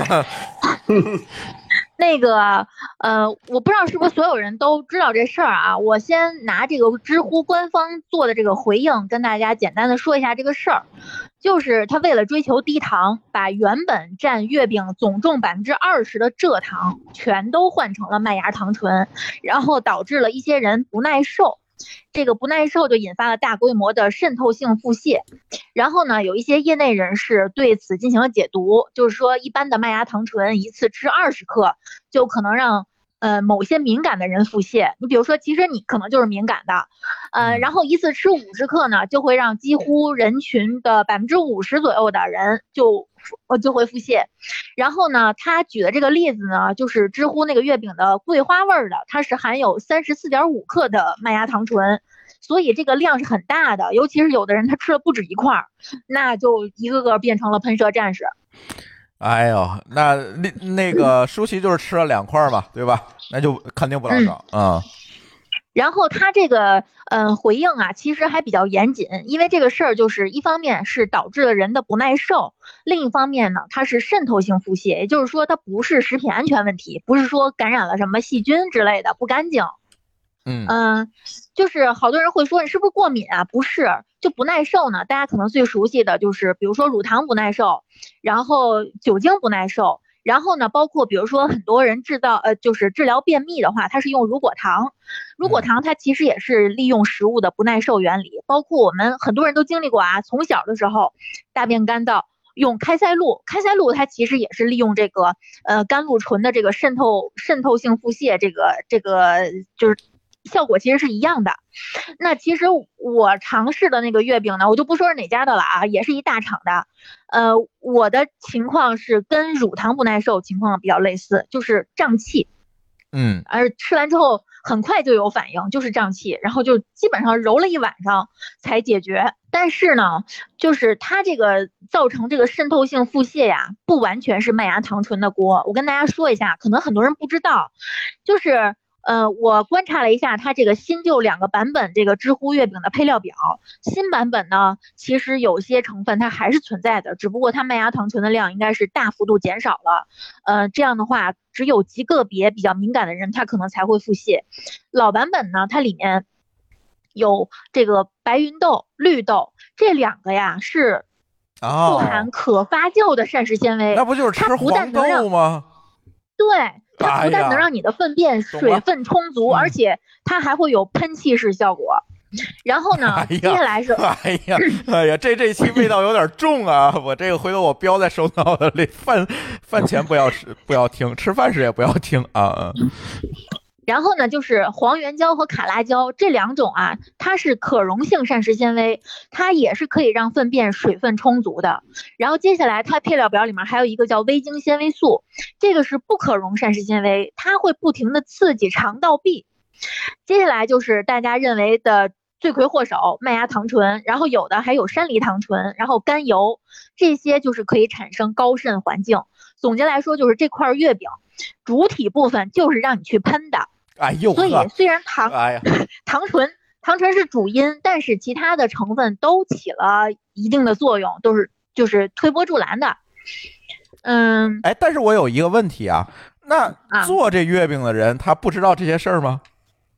那个呃，我不知道是不是所有人都知道这事儿啊。我先拿这个知乎官方做的这个回应跟大家简单的说一下这个事儿。就是他为了追求低糖，把原本占月饼总重百分之二十的蔗糖全都换成了麦芽糖醇，然后导致了一些人不耐受。这个不耐受就引发了大规模的渗透性腹泻，然后呢，有一些业内人士对此进行了解读，就是说一般的麦芽糖醇一次吃二十克就可能让呃某些敏感的人腹泻。你比如说，其实你可能就是敏感的，呃，然后一次吃五十克呢，就会让几乎人群的百分之五十左右的人就呃就会腹泻。然后呢，他举的这个例子呢，就是知乎那个月饼的桂花味的，它是含有三十四点五克的麦芽糖醇，所以这个量是很大的，尤其是有的人他吃了不止一块，那就一个个变成了喷射战士。 哎呦，那那那个舒淇就是吃了两块嘛，对吧？那就肯定不老少啊。嗯， 然后他这个嗯、呃、回应啊，其实还比较严谨，因为这个事儿就是一方面是导致了人的不耐受，另一方面呢，它是渗透性腹泻，也就是说它不是食品安全问题，不是说感染了什么细菌之类的不干净。 嗯嗯、呃，就是好多人会说你是不是过敏啊？不是，就不耐受呢。大家可能最熟悉的就是，比如说乳糖不耐受，然后酒精不耐受。然后呢，包括比如说很多人制造呃，就是治疗便秘的话，它是用乳果糖。乳果糖它其实也是利用食物的不耐受原理，包括我们很多人都经历过啊，从小的时候大便干燥，用开塞露，开塞露它其实也是利用这个呃甘露醇的这个渗透渗透性腹泻，这个这个就是效果其实是一样的。那其实我尝试的那个月饼呢，我就不说是哪家的了啊，也是一大厂的。呃，我的情况是跟乳糖不耐受情况比较类似，就是胀气。 嗯， 而吃完之后很快就有反应，就是胀气，然后就基本上揉了一晚上才解决。但是呢，就是它这个造成这个渗透性腹泻呀，不完全是麦芽糖醇的锅。我跟大家说一下，可能很多人不知道，就是呃，我观察了一下它这个新旧两个版本这个知乎月饼的配料表，新版本呢，其实有些成分它还是存在的，只不过它麦芽糖醇的量应该是大幅度减少了。呃，这样的话，只有极个别比较敏感的人，他可能才会腹泻。老版本呢，它里面有这个白云豆、绿豆这两个呀，是富含可发酵的膳食纤维。 那不就是吃黄豆吗？ 对。它不但能让你的粪便水分充足，哎、而且它还会有喷气式效果。然后呢， 哎、 接下来是， 哎呀，哎呀，这这期味道有点重啊！我这个回头我标在手脑子里，饭饭前不要吃，不要听，吃饭时也不要听啊。 然后呢，就是黄原胶和卡拉胶这两种啊，它是可溶性膳食纤维，它也是可以让粪便水分充足的。然后接下来它配料表里面还有一个叫微晶纤维素，这个是不可溶膳食纤维，它会不停的刺激肠道壁。接下来就是大家认为的罪魁祸首麦芽糖醇，然后有的还有山梨糖醇，然后甘油，这些就是可以产生高渗环境。总结来说，就是这块月饼主体部分就是让你去喷的。 哎呦， 所以虽然糖， 哎呀， 糖醇糖醇是主因，但是其他的成分都起了一定的作用，都是就是推波助澜的。嗯， 哎，但是我有一个问题啊，那做这月饼的人、啊、他不知道这些事儿吗？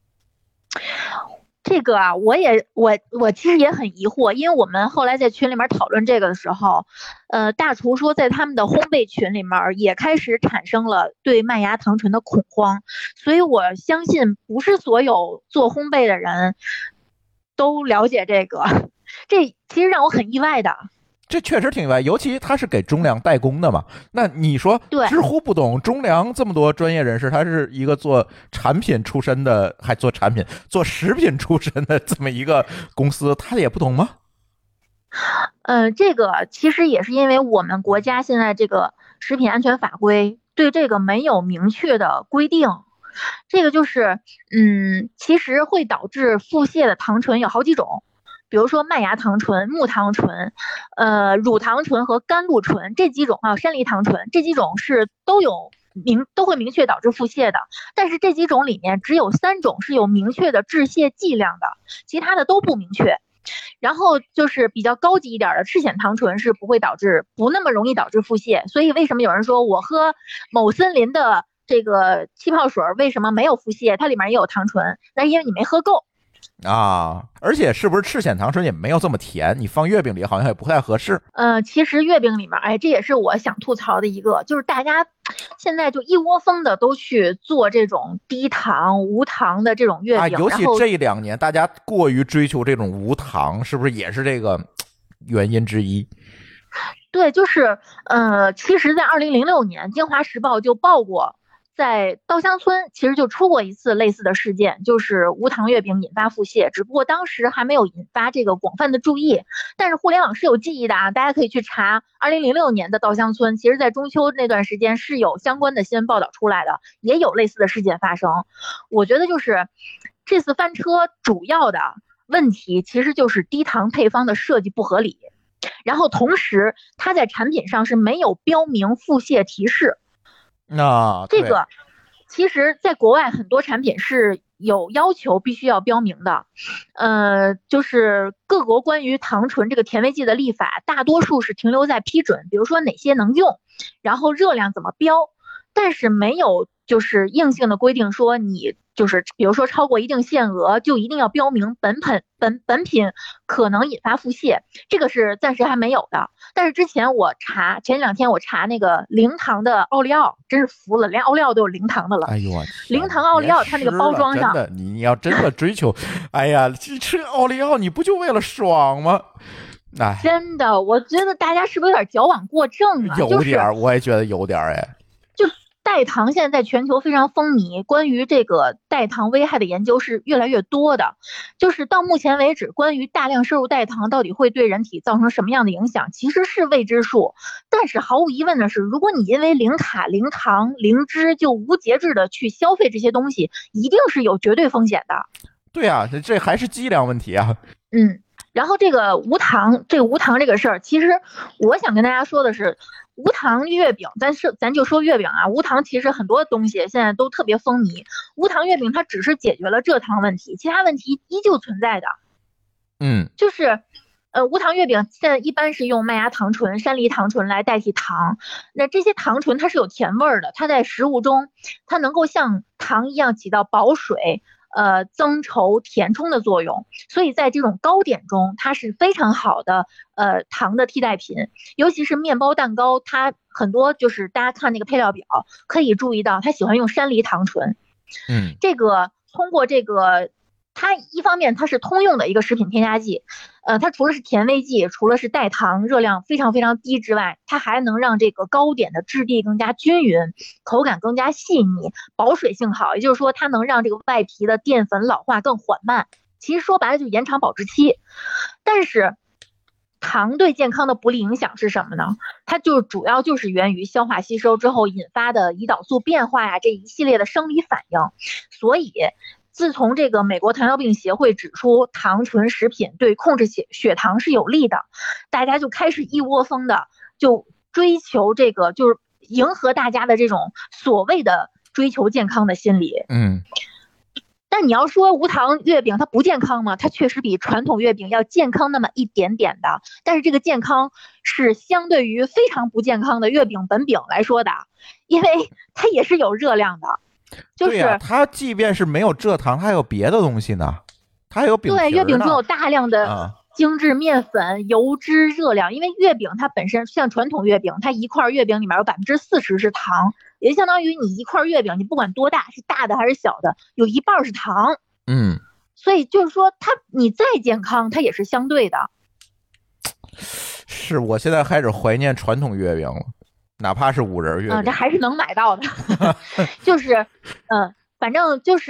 这个啊，我也我我其实也很疑惑，因为我们后来在群里面讨论这个的时候，呃，大厨说在他们的烘焙群里面也开始产生了对麦芽糖醇的恐慌，所以我相信不是所有做烘焙的人都了解这个，这其实让我很意外的。 这确实挺意外，尤其他是给中粮代工的嘛。那你说，知乎不懂，中粮这么多专业人士，他是一个做产品出身的，还做产品、做食品出身的这么一个公司，他也不懂吗？ 呃，这个其实也是因为我们国家现在这个食品安全法规对这个没有明确的规定。这个就是，嗯，其实会导致腹泻的糖醇有好几种。比如说麦芽糖醇、木糖醇、呃乳糖醇和甘露醇这几种，还有山梨糖醇这几种是都有明都会明确导致腹泻的，但是这几种里面只有三种是有明确的致泻剂量的，其他的都不明确。然后就是比较高级一点的赤藓糖醇是不会导致不那么容易导致腹泻，所以为什么有人说我喝某森林的这个气泡水为什么没有腹泻？它里面也有糖醇，那因为你没喝够。 啊，而且是不是赤藓糖醇也没有这么甜？你放月饼里好像也不太合适。 呃，其实月饼里面，哎，这也是我想吐槽的一个，就是大家现在就一窝蜂的都去做这种低糖、无糖的这种月饼， 啊，尤其这两年大家过于追求这种无糖，是不是也是这个原因之一？ 对，就是呃，其实，在二零零六年，《京华时报》就报过。在稻香村其实就出过一次类似的事件，就是无糖月饼引发腹泻，只不过当时还没有引发这个广泛的注意。但是互联网是有记忆的啊，大家可以去查二零零六年的稻香村，其实在中秋那段时间是有相关的新闻报道出来的，也有类似的事件发生。我觉得就是这次翻车主要的问题其实就是低糖配方的设计不合理，然后同时它在产品上是没有标明腹泻提示。 那、啊、 这个其实在国外很多产品是有要求必须要标明的，呃，就是各国关于糖醇这个甜味剂的立法大多数是停留在批准，比如说哪些能用，然后热量怎么标，但是没有就是硬性的规定说你就是比如说超过一定限额就一定要标明本品本本品可能引发腹泻，这个是暂时还没有的。但是之前我查前两天我查那个零糖的奥利奥，真是服了，连奥利奥都有零糖的了。 哎呦我零糖奥利奥它那个包装上， 真的你要真的追求，哎呀，吃奥利奥你不就为了爽吗？哎， 真的，我觉得大家是不是有点矫枉过正啊？ 有点、 就是， 我也觉得有点哎。 就代糖现在在全球非常风靡，关于这个代糖危害的研究是越来越多的。就是到目前为止，关于大量摄入代糖到底会对人体造成什么样的影响，其实是未知数。但是毫无疑问的是，如果你因为零卡、零糖、零脂就无节制的去消费这些东西，一定是有绝对风险的。 对啊，这这还是剂量问题啊。 嗯。然后这个无糖，这个无糖这个事儿，其实我想跟大家说的是，无糖月饼，咱是咱就说月饼啊，无糖其实很多东西现在都特别风靡，无糖月饼它只是解决了蔗糖问题，其他问题依旧存在的。 嗯， 就是呃，无糖月饼现在一般是用麦芽糖醇、山梨糖醇来代替糖，那这些糖醇它是有甜味儿的，它在食物中它能够像糖一样起到保水。呃，增稠填充的作用，所以在这种糕点中，它是非常好的呃糖的替代品，尤其是面包、蛋糕，它很多就是大家看那个配料表可以注意到，它喜欢用山梨糖醇。 嗯， 这个通过这个，它一方面它是通用的一个食品添加剂，呃，它除了是甜味剂，除了是代糖，热量非常非常低之外，它还能让这个糕点的质地更加均匀，口感更加细腻，保水性好，也就是说它能让这个外皮的淀粉老化更缓慢。其实说白了就是延长保质期。但是糖对健康的不利影响是什么呢？它就主要就是源于消化吸收之后引发的胰岛素变化呀，这一系列的生理反应。所以自从这个美国糖尿病协会指出糖醇食品对控制血血糖是有利的，大家就开始一窝蜂的就追求这个，就是迎合大家的这种所谓的追求健康的心理。 嗯。 但你要说无糖月饼它不健康吗？它确实比传统月饼要健康那么一点点的，但是这个健康是相对于非常不健康的月饼本饼来说的，因为它也是有热量的。就是对呀、啊，它即便是没有蔗糖，它还有别的东西呢，它还有饼皮呢。 对，月饼中有大量的精致面粉、啊、油脂、热量，因为月饼它本身像传统月饼，它一块月饼里面有百分之四十是糖。也相当于你一块月饼，你不管多大，是大的还是小的，有一半是糖。 嗯， 所以就是说，它你再健康，它也是相对的。 是我现在开始怀念传统月饼了，哪怕是五仁月饼， 嗯，这还是能买到的。就是，嗯，反正就是。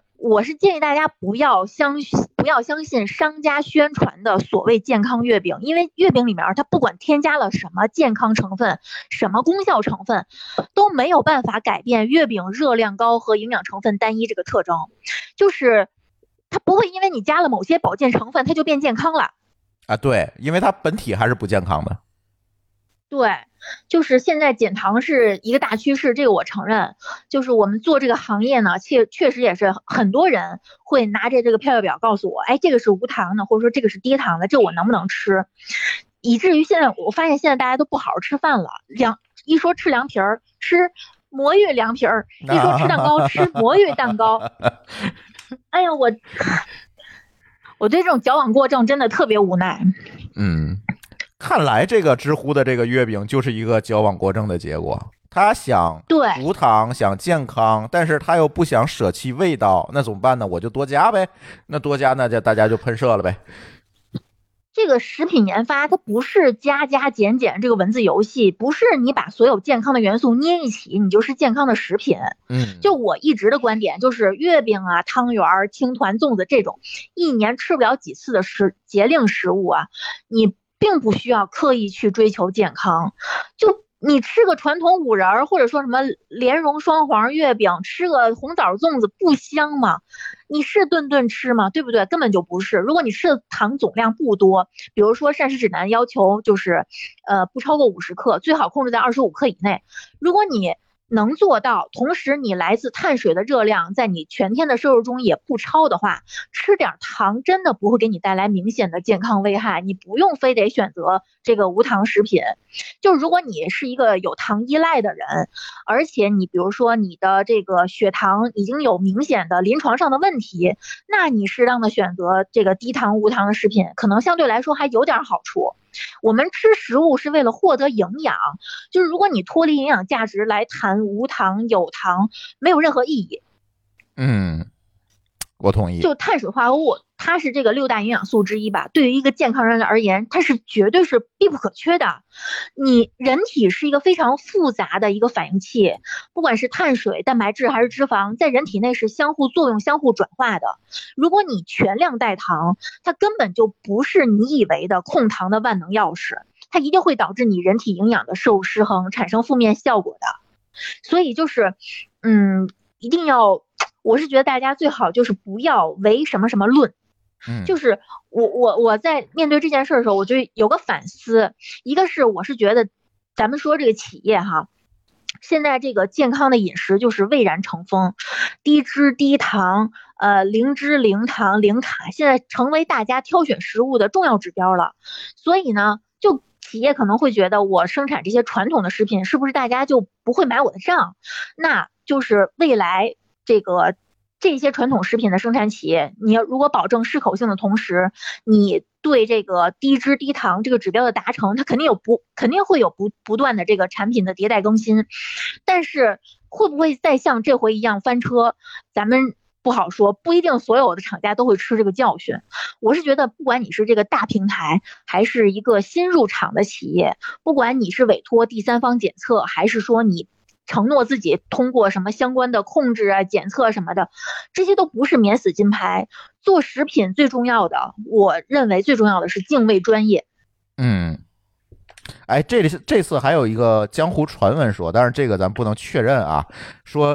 我是建议大家不要相不要相信商家宣传的所谓健康月饼，因为月饼里面它不管添加了什么健康成分、什么功效成分，都没有办法改变月饼热量高和营养成分单一这个特征。就是它不会因为你加了某些保健成分，它就变健康了啊。对，因为它本体还是不健康的。 对，就是现在减糖是一个大趋势，这个我承认。就是我们做这个行业呢，确确实也是很多人会拿着这个票表告诉我，哎，这个是无糖的，或者说这个是低糖的，这我能不能吃？以至于现在我发现现在大家都不好好吃饭了，凉一说吃凉皮儿，吃魔芋凉皮儿；一说吃蛋糕，吃魔芋蛋糕。哎呀，我我对这种矫枉过正真的特别无奈。 嗯。看来这个知乎的这个月饼就是一个矫枉过正的结果。他想对无糖，想健康，但是他又不想舍弃味道，那怎么办呢？我就多加呗。那多加，那就大家就喷射了呗。 这个食品研发它不是加加减减这个文字游戏，不是你把所有健康的元素捏一起，你就是健康的食品。 嗯， 就我一直的观点就是月饼啊、汤圆、青团、粽子这种一年吃不了几次的食节令食物啊，你并不需要刻意去追求健康。就你吃个传统五仁或者说什么莲蓉双黄月饼，吃个红枣粽子不香吗？你是顿顿吃吗？对不对？根本就不是。如果你吃的糖总量不多，比如说膳食指南要求就是呃不超过五十克，最好控制在二十五克以内。如果你能做到，同时你来自碳水的热量在你全天的摄入中也不超的话，吃点糖真的不会给你带来明显的健康危害，你不用非得选择这个无糖食品。就如果你是一个有糖依赖的人，而且你比如说你的这个血糖已经有明显的临床上的问题，那你适当的选择这个低糖无糖的食品，可能相对来说还有点好处。我们吃食物是为了获得营养，就是如果你脱离营养价值来谈无糖有糖，没有任何意义。 嗯，我同意。 就碳水化合物，它是这个六大营养素之一吧，对于一个健康人而言，它是绝对是必不可缺的。你人体是一个非常复杂的一个反应器，不管是碳水、蛋白质还是脂肪，在人体内是相互作用、相互转化的。如果你全量代糖，它根本就不是你以为的控糖的万能钥匙，它一定会导致你人体营养的摄入失衡，产生负面效果的。所以就是，嗯，一定要，我是觉得大家最好就是不要唯什么什么论。 嗯， 就是我我我在面对这件事的时候，我就有个反思。一个是我是觉得，咱们说这个企业哈，现在这个健康的饮食就是蔚然成风，低脂低糖，呃，零脂零糖零卡，现在成为大家挑选食物的重要指标了。所以呢，就企业可能会觉得，我生产这些传统的食品，是不是大家就不会买我的账？那就是未来这个。这些传统食品的生产企业，你如果保证适口性的同时，你对这个低脂低糖这个指标的达成，它肯定有不肯定会有不不断的这个产品的迭代更新，但是会不会再像这回一样翻车，咱们不好说，不一定所有的厂家都会吃这个教训。我是觉得，不管你是这个大平台，还是一个新入场的企业，不管你是委托第三方检测，还是说你承诺自己通过什么相关的控制啊、检测什么的，这些都不是免死金牌。做食品最重要的，我认为最重要的是敬畏专业。 嗯，哎，这里这次还有一个江湖传闻说，但是这个咱不能确认啊，说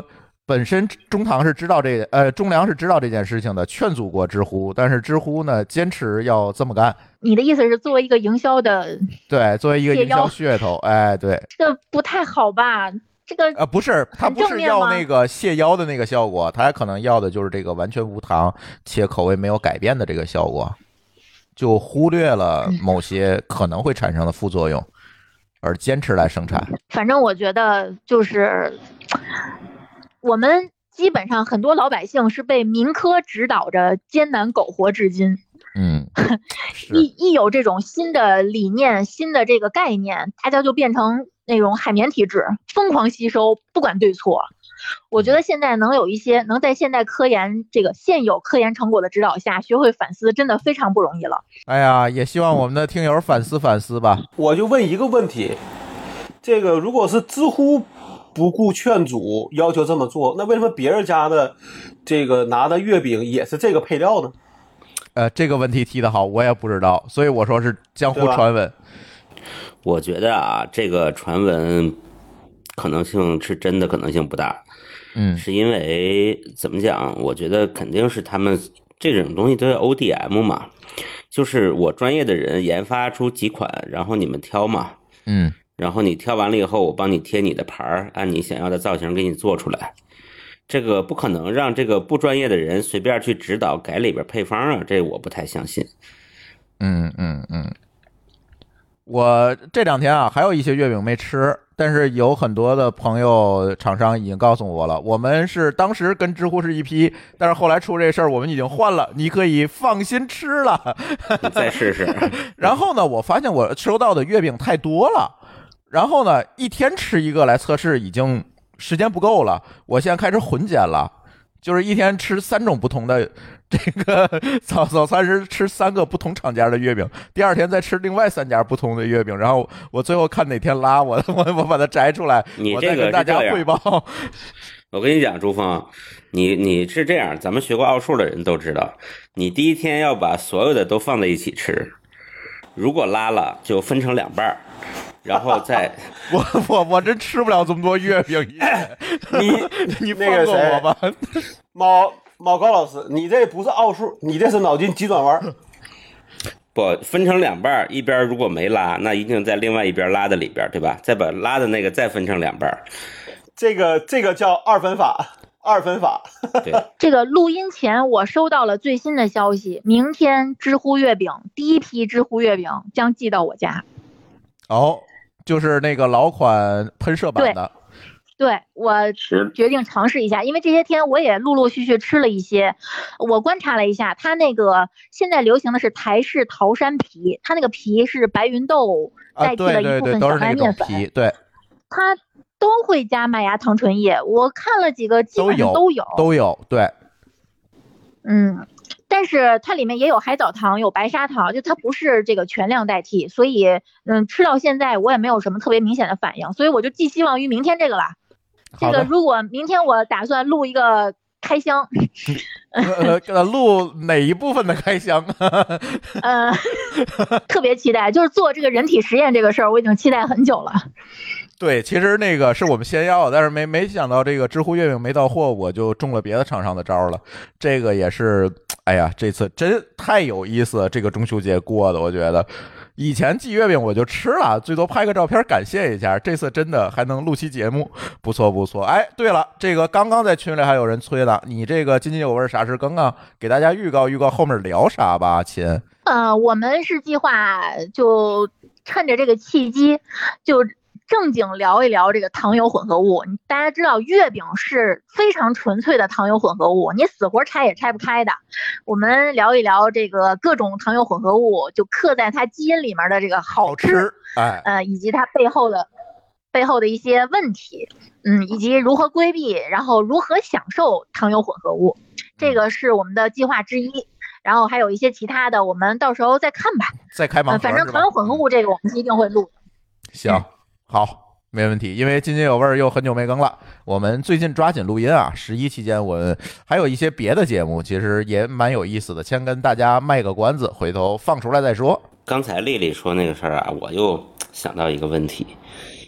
本身中堂是知道这呃中粮是知道这件事情的，劝阻过知乎，但是知乎呢坚持要这么干。 你的意思是作为一个营销的， 对，作为一个营销噱头，哎，对， 这个不太好吧？这个呃不是，他不是要那个泻腰的那个效果，他可能要的就是这个完全无糖且口味没有改变的这个效果，就忽略了某些可能会产生的副作用，而坚持来生产。 反正我觉得就是我们基本上很多老百姓是被民科指导着艰难苟活至今。 嗯， 一一有这种新的理念、新的这个概念，大家就变成那种海绵体质，疯狂吸收，不管对错。我觉得现在能有一些能在现代科研这个现有科研成果的指导下学会反思，真的非常不容易了。 哎呀，也希望我们的听友反思反思吧。 我就问一个问题，这个如果是知乎不顾劝阻要求这么做，那为什么别人家的这个拿的月饼也是这个配料呢？ 呃，这个问题提得好，我也不知道，所以我说是江湖传闻。 我觉得啊，这个传闻可能性是真的，可能性不大。 嗯， 是因为怎么讲？我觉得肯定是他们这种东西都是 O D M 嘛，就是我专业的人研发出几款，然后你们挑嘛。 嗯， 然后你挑完了以后，我帮你贴你的牌儿，按你想要的造型给你做出来。这个不可能让这个不专业的人随便去指导改里边配方啊，这我不太相信。 嗯嗯嗯，我这两天啊还有一些月饼没吃，但是有很多的朋友厂商已经告诉我了，我们是当时跟知乎是一批，但是后来出这事儿我们已经换了，你可以放心吃了。 你再试试。 然后呢，我发现我收到的月饼太多了，然后呢一天吃一个来测试已经时间不够了，我现在开始混剪了，就是一天吃三种不同的这个早早餐是吃三个不同厂家的月饼，第二天再吃另外三家不同的月饼，然后我最后看哪天拉我我我把它摘出来， 你这个我再跟大家汇报。 我跟你讲，朱峰，你你是这样，咱们学过奥数的人都知道，你第一天要把所有的都放在一起吃，如果拉了就分成两半，然后再我我我真吃不了这么多月饼， 你你放过我吧。 猫猫高老师，你这不是奥数，你这是脑筋急转弯。 不分成两半，一边如果没拉，那一定在另外一边拉的里边，对吧？再把拉的那个再分成两半。 这个这个叫二分法，二分法。 对， 这个录音前我收到了最新的消息，明天知乎月饼第一批知乎月饼将寄到我家。 哦，就是那个老款喷射版的。 对，我决定尝试一下，因为这些天我也陆陆续续吃了一些，我观察了一下，它那个现在流行的是台式桃山皮，它那个皮是白云豆代替了一部分小麦面粉， 啊、对, 对, 对, 对， 它都会加麦芽糖醇液，我看了几个基本上都有， 都有，对， 嗯。但是它里面也有海藻糖，有白砂糖，就它不是这个全量代替，所以嗯，吃到现在我也没有什么特别明显的反应，所以我就寄希望于明天这个了。这个如果明天我打算录一个开箱， 呃，录哪一部分的开箱？ 呃，特别期待，就是做这个人体实验这个事儿，我已经期待很久了。 对，其实那个是我们先要，但是没没想到这个知乎月饼没到货，我就中了别的厂商的招了。这个也是，哎呀，这次真太有意思了，这个中秋节过的，我觉得。以前寄月饼我就吃了，最多拍个照片感谢一下，这次真的还能录期节目，不错不错。哎，对了，这个刚刚在群里还有人催呢，你这个津津有味啥时更啊？给大家预告预告后面聊啥吧，亲。 呃，我们是计划就趁着这个契机就正经聊一聊这个糖油混合物。大家知道月饼是非常纯粹的糖油混合物，你死活拆也拆不开的。我们聊一聊这个各种糖油混合物就刻在它基因里面的这个好吃， 好吃哎， 呃，以及它背后的背后的一些问题，嗯，以及如何规避，然后如何享受糖油混合物，这个是我们的计划之一。然后还有一些其他的，我们到时候再看吧。 再开盲盒、呃、 反正糖油混合物这个我们是一定会录的。 行。嗯好，没问题，因为津津有味又很久没更了，我们最近抓紧录音啊，十一期间我们还有一些别的节目，其实也蛮有意思的，先跟大家卖个关子，回头放出来再说。 刚才丽丽说那个事儿啊，我又想到一个问题，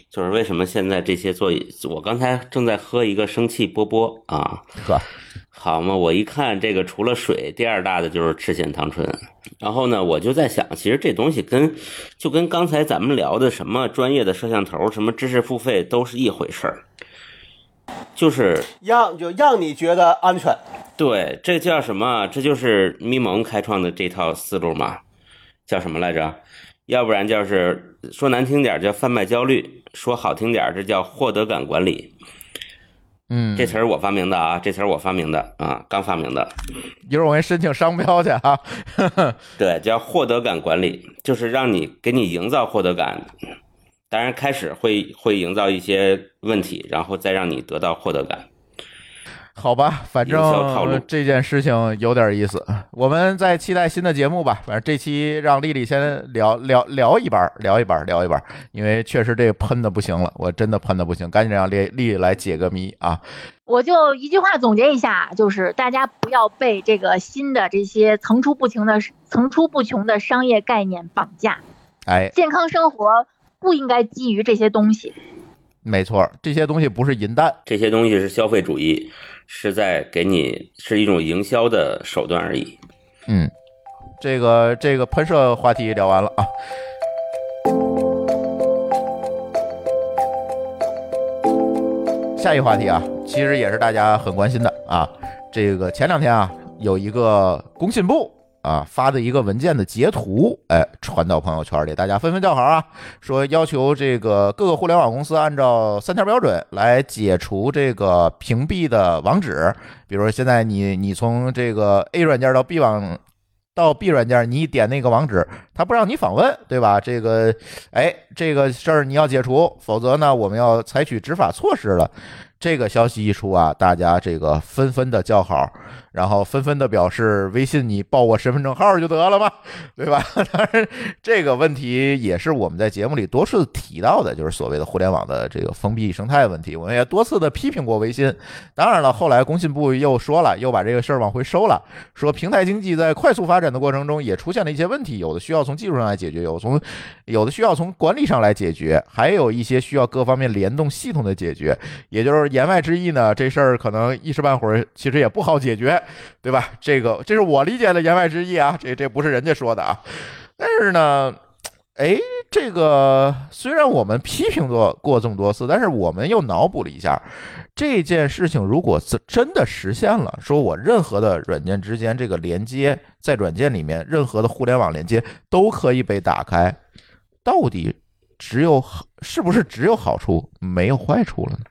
就是为什么现在这些座椅，我刚才正在喝一个生气波波啊， 呵， 好嘛，我一看这个除了水，第二大的就是赤藓糖醇。然后呢，我就在想，其实这东西跟就跟刚才咱们聊的什么专业的摄像头、什么知识付费都是一回事儿，就是让就让你觉得安全。 对，这叫什么？这就是咪蒙开创的这套思路嘛，叫什么来着？要不然就是说难听点叫贩卖焦虑，说好听点这叫获得感管理。 嗯， 这词儿我发明的啊，这词儿我发明的啊，刚发明的。 一会儿我给申请商标去啊。 对，叫获得感管理，就是让你给你营造获得感。当然，开始会会营造一些问题，然后再让你得到获得感。 好吧，反正这件事情有点意思，我们再期待新的节目吧。反正这期让丽丽先聊聊聊一半，聊一半，聊一半，因为确实这个喷的不行了，我真的喷的不行，赶紧让丽丽来解个谜啊！ 我就一句话总结一下，就是大家不要被这个新的这些层出不穷的层出不穷的商业概念绑架。 哎， 健康生活不应该基于这些东西。 没错，这些东西不是银弹， 这些东西是消费主义，是在给你是一种营销的手段而已。 嗯，这个这个喷射话题聊完了啊。下一个话题啊，其实也是大家很关心的啊。这个前两天啊，有一个工信部啊发的一个文件的截图，哎，传到朋友圈里，大家纷纷叫好啊，说要求这个各个互联网公司按照三条标准来解除这个屏蔽的网址。比如说现在你你从这个 A 软件到 B 网到 B 软件，你一点那个网址，它不让你访问，对吧？这个，哎，这个事儿你要解除，否则呢，我们要采取执法措施了。这个消息一出啊，大家这个纷纷的叫好，然后纷纷的表示微信你报我身份证号就得了嘛，对吧？当然这个问题也是我们在节目里多次提到的，就是所谓的互联网的这个封闭生态问题，我们也多次的批评过微信。当然了，后来工信部又说了，又把这个事儿往回收了，说平台经济在快速发展的过程中也出现了一些问题，有的需要从技术上来解决，有从有的需要从管理上来解决，还有一些需要各方面联动系统的解决。也就是言外之意呢，这事儿可能一时半会儿其实也不好解决，对吧？这个这是我理解的言外之意啊，这这不是人家说的啊。但是呢，哎，这个虽然我们批评过过这么多次，但是我们又脑补了一下，这件事情如果真的实现了，说我任何的软件之间这个连接，在软件里面任何的互联网连接都可以被打开，到底只有是不是只有好处没有坏处了呢？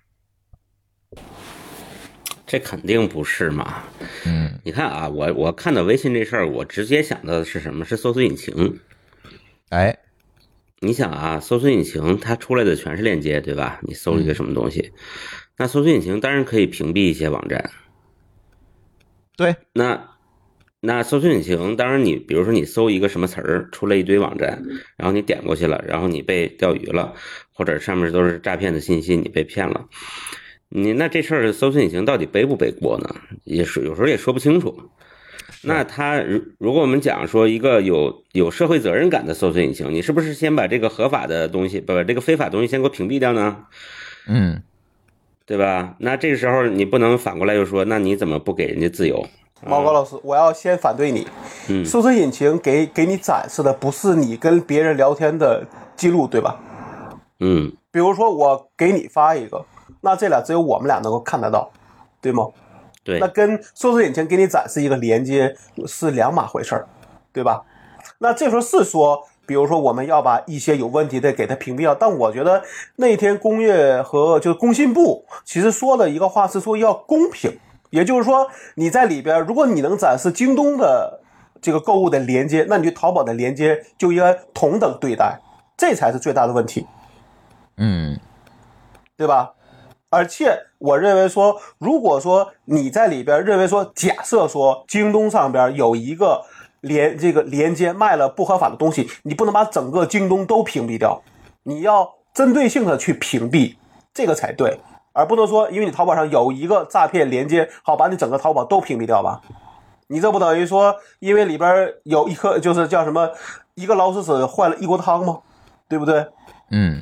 这肯定不是嘛。 嗯， 你看啊，我我看到微信这事儿，我直接想到的是什么？是搜索引擎。 哎， 你想啊，搜索引擎它出来的全是链接，对吧？你搜一个什么东西，那搜索引擎当然可以屏蔽一些网站。 对， 那那搜索引擎当然你比如说你搜一个什么词儿，出来一堆网站，然后你点过去了，然后你被钓鱼了，或者上面都是诈骗的信息，你被骗了。你那这事儿搜索引擎到底背不背锅呢？也是有时候也说不清楚。那他如果我们讲说一个有有社会责任感的搜索引擎，你是不是先把这个合法的东西，把这个非法东西先给我屏蔽掉呢？ 嗯， 对吧？那这个时候你不能反过来又说，那你怎么不给人家自由？ 毛高老师，我要先反对你。 嗯， 搜索引擎给给你展示的不是你跟别人聊天的记录，对吧？ 嗯， 比如说我给你发一个。那这俩只有我们俩能够看得到，对吗？ 对。 那跟搜索引擎给你展示一个连接是两码回事儿，对吧？那这时候是说，比如说我们要把一些有问题的给它屏蔽掉，但我觉得那天工业和就是工信部其实说的一个话是说要公平，也就是说你在里边，如果你能展示京东的这个购物的连接，那你对淘宝的连接就应该同等对待，这才是最大的问题。 嗯， 对吧？而且我认为说，如果说你在里边认为说，假设说京东上边有一个连这个连接卖了不合法的东西，你不能把整个京东都屏蔽掉，你要针对性的去屏蔽，这个才对，而不能说因为你淘宝上有一个诈骗连接，好把你整个淘宝都屏蔽掉吧？你这不等于说，因为里边有一颗就是叫什么一个老鼠屎坏了一锅汤吗？对不对？ 嗯。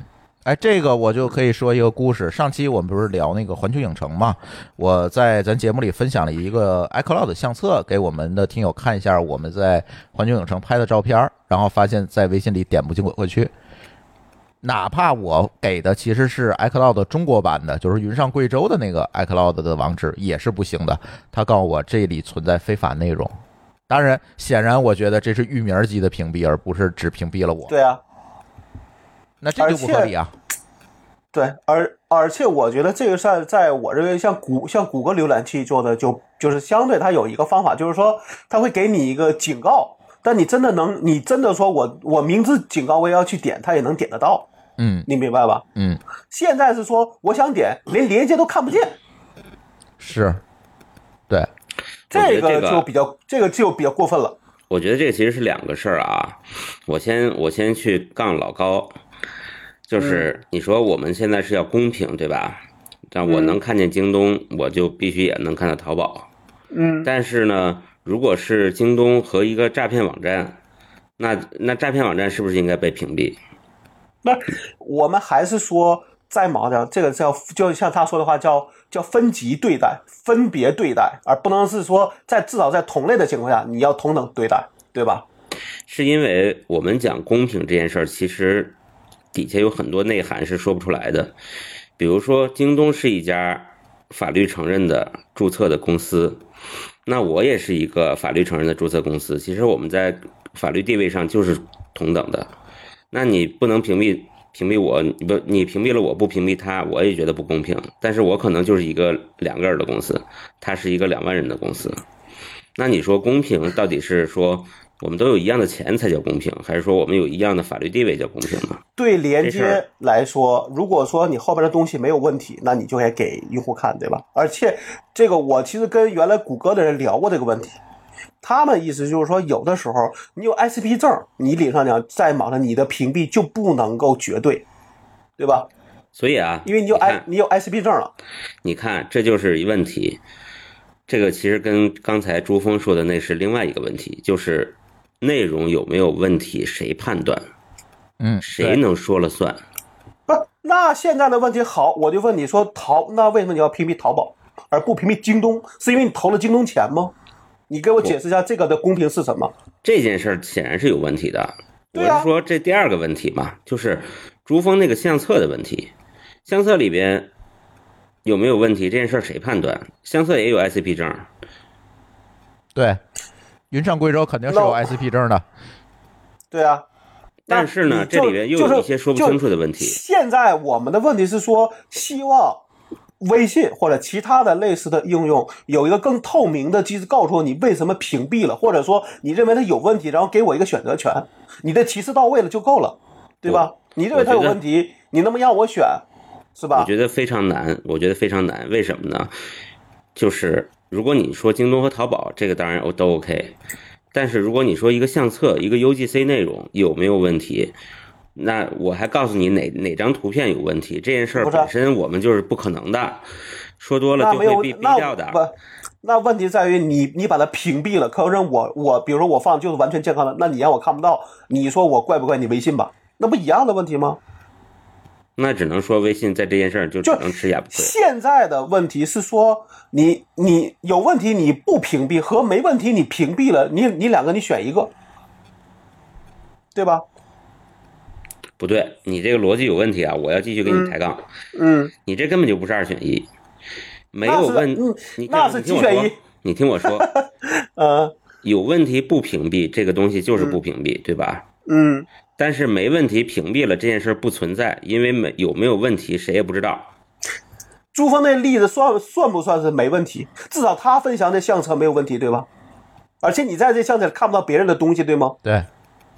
哎，这个我就可以说一个故事。上期我们不是聊那个环球影城嘛？我在咱节目里分享了一个 iCloud 相册，给我们的听友看一下我们在环球影城拍的照片，然后发现在微信里点不进过去。哪怕我给的其实是 iCloud 中国版的，就是云上贵州的那个 iCloud 的网址，也是不行的。他告诉我这里存在非法内容。当然，显然我觉得这是域名级的屏蔽，而不是只屏蔽了我。 对啊。 那这就不合理啊！ 对，而而且我觉得这个事儿，在我认为像谷像谷歌浏览器做的就就是相对它有一个方法，就是说它会给你一个警告，但你真的能，你真的说我我明知警告我也要去点，它也能点得到。 嗯， 你明白吧？ 嗯， 现在是说我想点，连连接都看不见。 是，对， 这个就比较这个就比较过分了。 我觉得这个其实是两个事儿啊。我先我先去杠老高。就是你说我们现在是要公平，对吧？但我能看见京东，我就必须也能看到淘宝。 嗯。 但是呢，如果是京东和一个诈骗网站，那那诈骗网站是不是应该被屏蔽？ 那我们还是说再毛的，这个叫就像他说的话，叫叫分级对待、分别对待，而不能是说在至少在同类的情况下你要同等对待，对吧？ 是因为我们讲公平这件事儿，其实底下有很多内涵是说不出来的。比如说京东是一家法律承认的注册的公司，那我也是一个法律承认的注册公司，其实我们在法律地位上就是同等的。那你不能屏蔽屏蔽我，不你屏蔽了我不屏蔽他，我也觉得不公平。但是我可能就是一个两个人的公司，他是一个两万人的公司。那你说公平到底是说我们都有一样的钱才叫公平，还是说我们有一样的法律地位叫公平呢？ 对连接来说，如果说你后边的东西没有问题，那你就该给用户看，对吧？而且这个我其实跟原来谷歌的人聊过这个问题，他们意思就是说，有的时候你有 I C P 证，你理论上讲在网上你的屏蔽就不能够绝对，对吧？ 所以啊， 因为你有 I 你有 I C P 证了， 你看这就是一问题。这个其实跟刚才朱峰说的那是另外一个问题，就是内容有没有问题，谁判断？ 嗯， 谁能说了算？ 不，那现在的问题好，我就问你说淘，那为什么你要屏蔽淘宝而不屏蔽京东？是因为你投了京东钱吗？你给我解释一下这个的公平是什么？ 这件事显然是有问题的。我是说这第二个问题嘛，就是朱峰那个相册的问题，相册里边有没有问题？这件事谁判断？相册也有 I C P 证。 对，云上贵州肯定是有 I C P 证的。 对啊， 但是呢，这里边又有一些说不清楚的问题。 现在我们的问题是说，希望微信或者其他的类似的应用有一个更透明的机制，告诉我你为什么屏蔽了，或者说你认为它有问题，然后给我一个选择权，你的提示到位了就够了，对吧？你认为它有问题，你能不能让我选？是吧？ 我觉得非常难，我觉得非常难。为什么呢？就是如果你说京东和淘宝，这个当然都 OK， 但是如果你说一个相册、一个 U G C 内容有没有问题，那我还告诉你哪哪张图片有问题，这件事本身我们就是不可能的，说多了就会被逼掉的。 不，那问题在于你你把它屏蔽了，可是我我比如说我放就是完全健康的，那你让我看不到，你说我怪不怪你微信吧？那不一样的问题吗？ 那只能说微信在这件事就只能吃哑巴亏。 现在的问题是说，你你有问题你不屏蔽和没问题你屏蔽了，你你两个你选一个，对吧？ 不对，你这个逻辑有问题啊！我要继续跟你抬杠。 嗯， 你这根本就不是二选一，没有问题。你那是几选一？ 你听我说， 呃， 有问题不屏蔽这个东西就是不屏蔽，嗯、对吧？ 嗯。 但是没问题屏蔽了这件事不存在，因为没有没有问题谁也不知道。 朱峰那例子算算不算是没问题？至少他分享的相册没有问题，对吧？而且你在这相册里看不到别人的东西，对吗？ 对。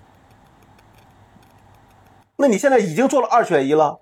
那你现在已经做了二选一了。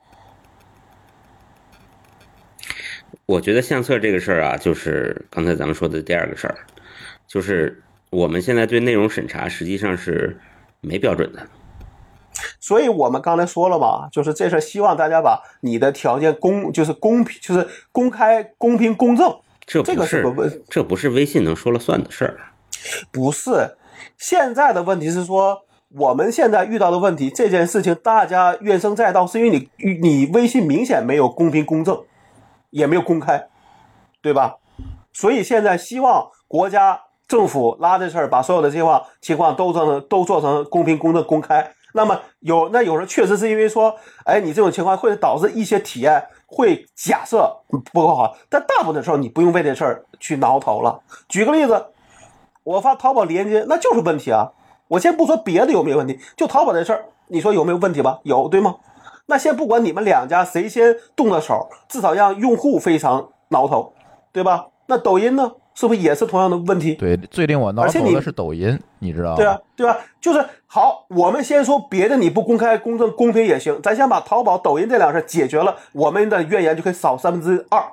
我觉得相册这个事儿啊，就是刚才咱们说的第二个事儿，就是我们现在对内容审查实际上是没标准的。 所以我们刚才说了嘛，就是这事希望大家把你的条件公，就是公平，就是公开、公平、公正。 这不是、 这个是这不是微信能说了算的事儿。 不是，现在的问题是说， 我们现在遇到的问题，这件事情大家怨声载道，是因为你你微信明显没有公平公正，也没有公开，对吧？所以现在希望国家政府拉这事儿，把所有的这些情况都做成都做成公平公正公开。那么有那有人确实是因为说，哎，你这种情况会导致一些体验会假设不够好，但大部分的时候你不用为这事儿去挠头了。举个例子，我发淘宝链接那就是问题啊。我先不说别的有没有问题，就淘宝这事儿，你说有没有问题吧？有，对吗？那先不管你们两家谁先动了手，至少让用户非常挠头，对吧？那抖音呢？是不是也是同样的问题？ 对，最令我挠头的是抖音，你, 你知道吗？ 对啊，对吧？就是好，我们先说别的，你不公开、公正、公平也行，咱先把淘宝、抖音这两事解决了，我们的怨言就可以少三分之二，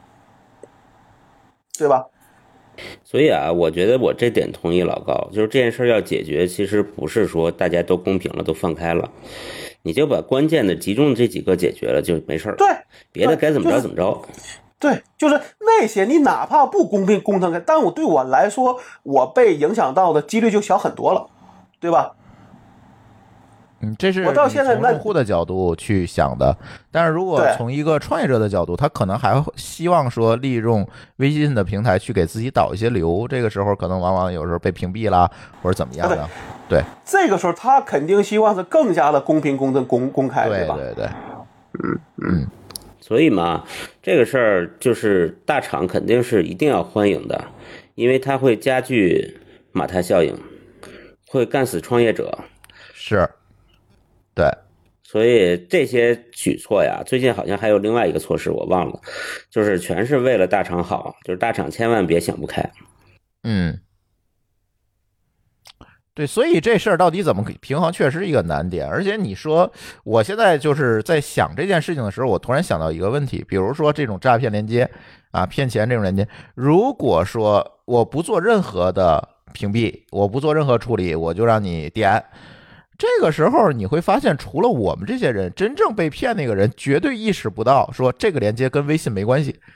对吧？ 所以啊，我觉得我这点同意老高，就是这件事要解决，其实不是说大家都公平了、都放开了，你就把关键的集中这几个解决了就没事了。 对， 别的该怎么着怎么着。 对，就是那些你哪怕不公平公正，但我对我来说，我被影响到的几率就小很多了，对吧？ 嗯，这是我到现在从用户的角度去想的，但是如果从一个创业者的角度，他可能还希望说利用微信的平台去给自己导一些流，这个时候可能往往有时候被屏蔽啦，或者怎么样的。对， 这个时候他肯定希望是更加的公平公正公公开， 对吧？ 对对， 嗯嗯。 所以嘛，这个事儿就是大厂肯定是一定要欢迎的，因为它会加剧马太效应，会干死创业者。 是，对。 所以这些举措呀，最近好像还有另外一个措施，我忘了，就是全是为了大厂好，就是大厂千万别想不开。 嗯。对，所以这事儿到底怎么平衡，确实是一个难点。而且你说，我现在就是在想这件事情的时候，我突然想到一个问题，比如说这种诈骗链接啊、骗钱这种链接，如果说我不做任何的屏蔽，我不做任何处理，我就让你点，这个时候你会发现，除了我们这些人，真正被骗那个人绝对意识不到说这个链接跟微信没关系。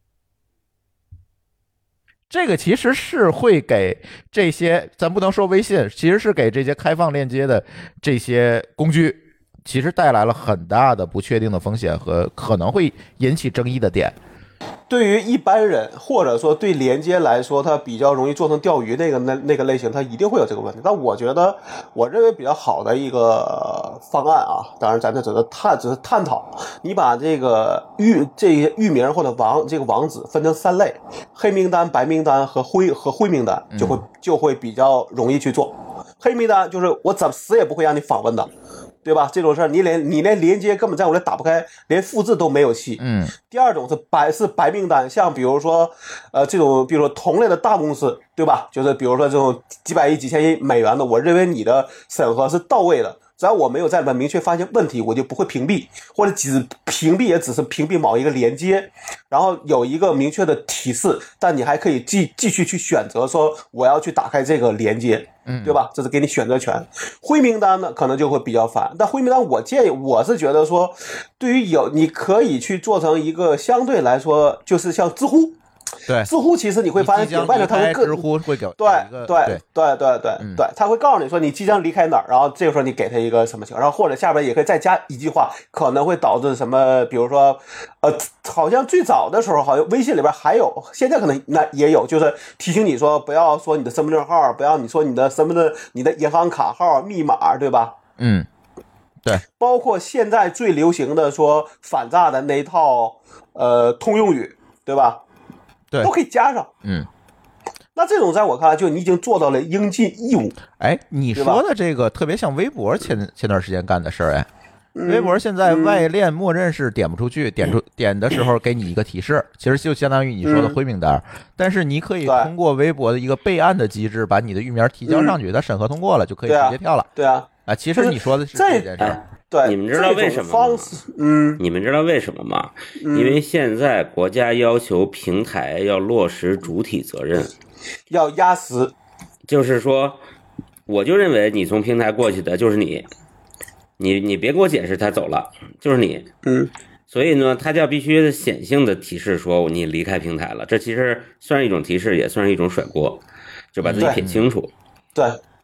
这个其实是会给这些，咱不能说微信，其实是给这些开放链接的这些工具，其实带来了很大的不确定的风险和可能会引起争议的点。 对于一般人，或者说对连接来说，它比较容易做成钓鱼那个那那个类型，它一定会有这个问题。但我觉得，我认为比较好的一个方案啊，当然咱这只是探只是探讨。你把这个域这些域名或者网这个网址分成三类：黑名单、白名单和灰和灰名单，就会就会比较容易去做。黑名单就是我怎么死也不会让你访问的。对吧？这种事儿，你连你连连接根本在我这打不开，连复制都没有戏。 嗯。 第二种是白是白名单，像比如说，呃，这种比如说同类的大公司，对吧？就是比如说这种几百亿、几千亿美元的，我认为你的审核是到位的。只要我没有在里面明确发现问题，我就不会屏蔽，或者只屏蔽也只是屏蔽某一个连接，然后有一个明确的提示，但你还可以继继续去选择说我要去打开这个连接， 嗯， 对吧？这是给你选择权。灰名单呢，可能就会比较烦，但灰名单我建议，我是觉得说，对于有你可以去做成一个相对来说，就是像知乎。 对， 知乎其实你会发现顶外头它会更知乎会给对对对对对对、 嗯、 对，他会告诉你说你即将离开哪儿，然后这个时候你给他一个什么情况，然后或者下边也可以再加一句话，可能会导致什么，比如说呃，好像最早的时候好像微信里边还有，现在可能那也有，就是提醒你说不要说你的身份证号，不要你说你的身份证、你的银行卡号、密码，对吧？ 嗯，对， 包括现在最流行的说反诈的那一套呃通用语，对吧？都可以加上， 嗯， 那这种在我看来，就你已经做到了应尽义务。 哎，你说的这个特别像微博前前段时间干的事儿，哎，微博现在外链默认是点不出去，点出点的时候给你一个提示，其实就相当于你说的灰名单，但是你可以通过微博的一个备案的机制，把你的域名提交上去，它审核通过了就可以直接跳了。 对啊， 啊，其实你说的是这件事儿。 对， 你们知道为什么吗？ 嗯， 你们知道为什么吗？ 嗯、 因为现在国家要求平台要落实主体责任， 要压实。 就是说，我就认为你从平台过去的就是你，你你别给我解释他走了，就是你。 嗯。 所以呢，他就要必须显性的提示说你离开平台了，这其实算是一种提示，也算是一种甩锅，就把自己撇清楚。 对。对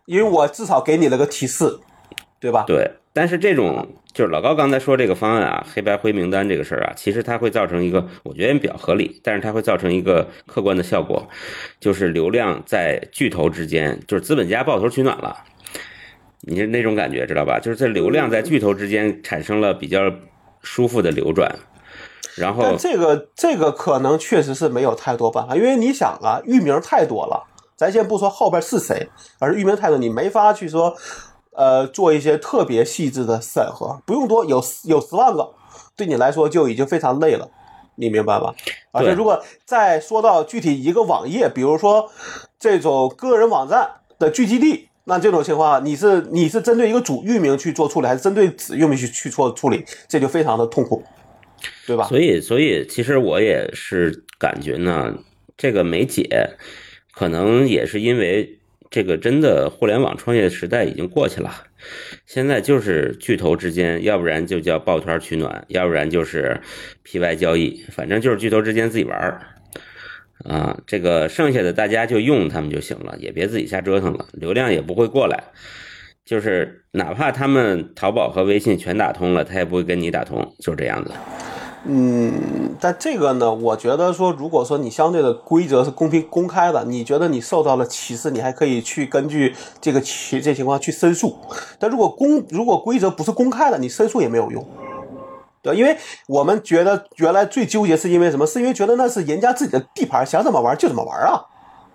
因为我至少给你了个提示，对吧？ 对，但是这种就是老高刚才说这个方案啊，黑白灰名单这个事儿啊，其实它会造成一个，我觉得比较合理，但是它会造成一个客观的效果，就是流量在巨头之间，就是资本家抱头取暖了。你是那种感觉知道吧？就是在流量在巨头之间产生了比较舒服的流转，然后但这个这个可能确实是没有太多办法，因为你想啊，域名太多了，咱先不说后边是谁，而是域名太多，你没法去说，呃，做一些特别细致的审核，不用多，有有十万个，对你来说就已经非常累了，你明白吧？而且如果再说到具体一个网页，比如说这种个人网站的聚集地。那这种情况，你是你是针对一个主域名去做处理，还是针对子域名去去做处理？这就非常的痛苦，对吧？ 所以，所以其实我也是感觉呢，这个没解，可能也是因为这个真的互联网创业时代已经过去了，现在就是巨头之间，要不然就叫抱团取暖，要不然就是 P Y 交易，反正就是巨头之间自己玩啊，这个剩下的大家就用他们就行了，也别自己瞎折腾了，流量也不会过来，就是哪怕他们淘宝和微信全打通了，他也不会跟你打通，就是这样子。 嗯，但这个呢，我觉得说，如果说你相对的规则是公平公开的，你觉得你受到了歧视，你还可以去根据这个情这情况去申诉。但如果公如果规则不是公开的，你申诉也没有用。对，因为我们觉得原来最纠结是因为什么？是因为觉得那是人家自己的地盘，想怎么玩就怎么玩啊，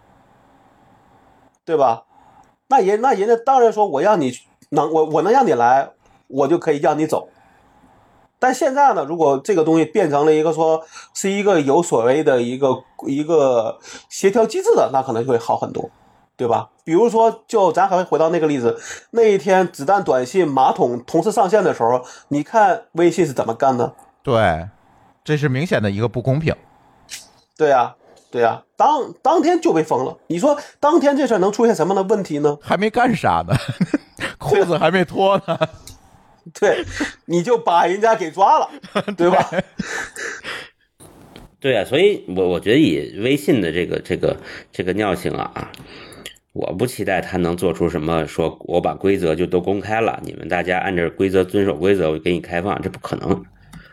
对吧？那人那人家当然说我让你能我我能让你来，我就可以让你走。但现在呢，如果这个东西变成了一个说是一个有所谓的一个一个协调机制的，那可能会好很多，对吧？比如说，就咱还会回到那个例子，那一天子弹短信马桶同时上线的时候，你看微信是怎么干的？ 对，这是明显的一个不公平。 对呀、啊，对呀、啊，当当天就被封了。你说当天这事能出现什么的问题呢？ 还没干啥呢，裤子还没脱呢。 对，你就把人家给抓了，对吧？ 对啊，所以我我觉得以微信的这个这个这个尿性啊，我不期待他能做出什么，说我把规则就都公开了，你们大家按照规则遵守规则，我给你开放，这不可能。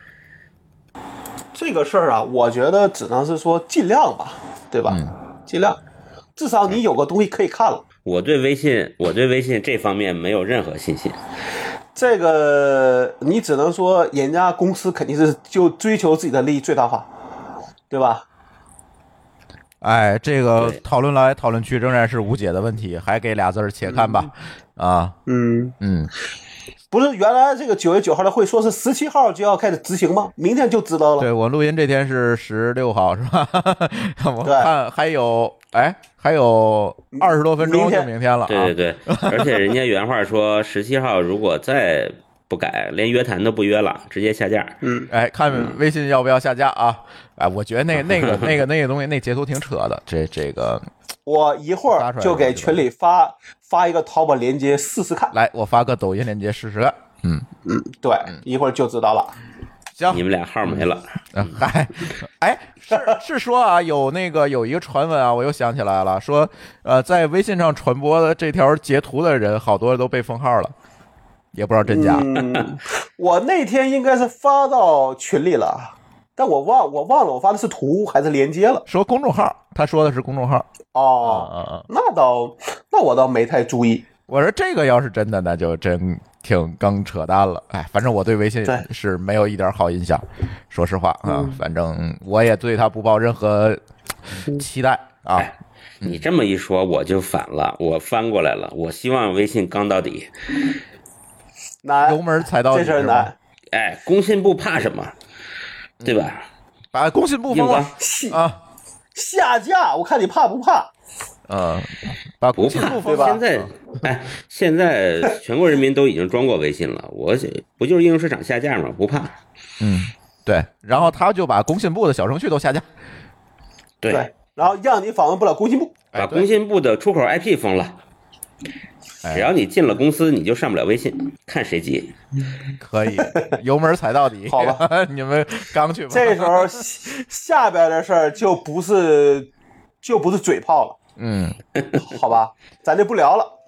这个事儿啊，我觉得只能是说尽量吧，对吧？嗯、尽量，至少你有个东西可以看了。 我对微信，我对微信这方面没有任何信心。 这个你只能说，人家公司肯定是就追求自己的利益最大化，对吧？ 哎，这个讨论来讨论去仍然是无解的问题，还给俩字儿且看吧。嗯、啊， 嗯嗯， 不是原来这个九月九号的会说是十七号就要开始执行吗？明天就知道了。 对，我录音这天是十六号是吧？我看还有哎。还有二十多分钟就明天了、啊， 对对对，而且人家原话说十七号如果再不改，连约谈都不约了，直接下架。 嗯， 哎，看微信要不要下架啊？哎，我觉得那那个那个那个东西那截图挺扯的，这这个。 我一会儿就给群里发发一个淘宝链接试试看。 来，我发个抖音链接试试看。嗯嗯，对，一会儿就知道了。 行，你们俩号没了。 嗯，嗨，哎，是是说啊，有那个有一个传闻啊，我又想起来了，说呃，在微信上传播的这条截图的人，好多都被封号了，也不知道真假。 嗯，我那天应该是发到群里了，但我忘我忘了我发的是图还是连接了。 说公众号，他说的是公众号。 哦， 嗯嗯、 那倒那我倒没太注意。 我说这个要是真的，那就真挺更扯淡了。哎，反正我对微信是没有一点好印象，说实话啊， 嗯、 反正我也对他不抱任何期待啊。 哎、你这么一说，我就反了，我翻过来了。我希望微信刚到底， 难， 油门踩到底， 这事难。 哎，工信部怕什么？对吧？ 把工信部封了啊！ 下架，我看你怕不怕？ 嗯，把工信部封了。现在，哎，现在全国人民都已经装过微信了，我不就是应用市场下架吗？不怕。 嗯，对。然后他就把工信部的小程序都下架。 对。 对，然后让你访问不了工信部， 把工信部的出口 I P 封了。只要你进了公司，你就上不了微信，看谁急。 可以，油门踩到底。 好吧， 你们刚去吧。 这时候下边的事儿就不是就不是嘴炮了。 嗯， 好吧，咱就不聊了，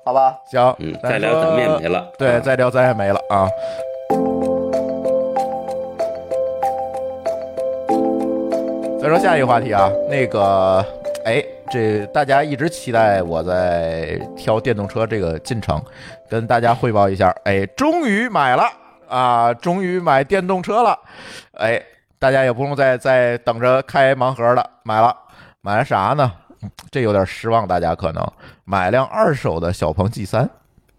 好吧？ 行， 嗯，再聊咱们也没了， 对，再聊咱也没了啊。再说下一个话题啊，那个，哎，这大家一直期待我在挑电动车这个进程，跟大家汇报一下，哎，终于买了啊，终于买电动车了，哎，大家也不用再再等着开盲盒了，买了，买了啥呢？这有点失望，大家可能买辆二手的小鹏 G 三。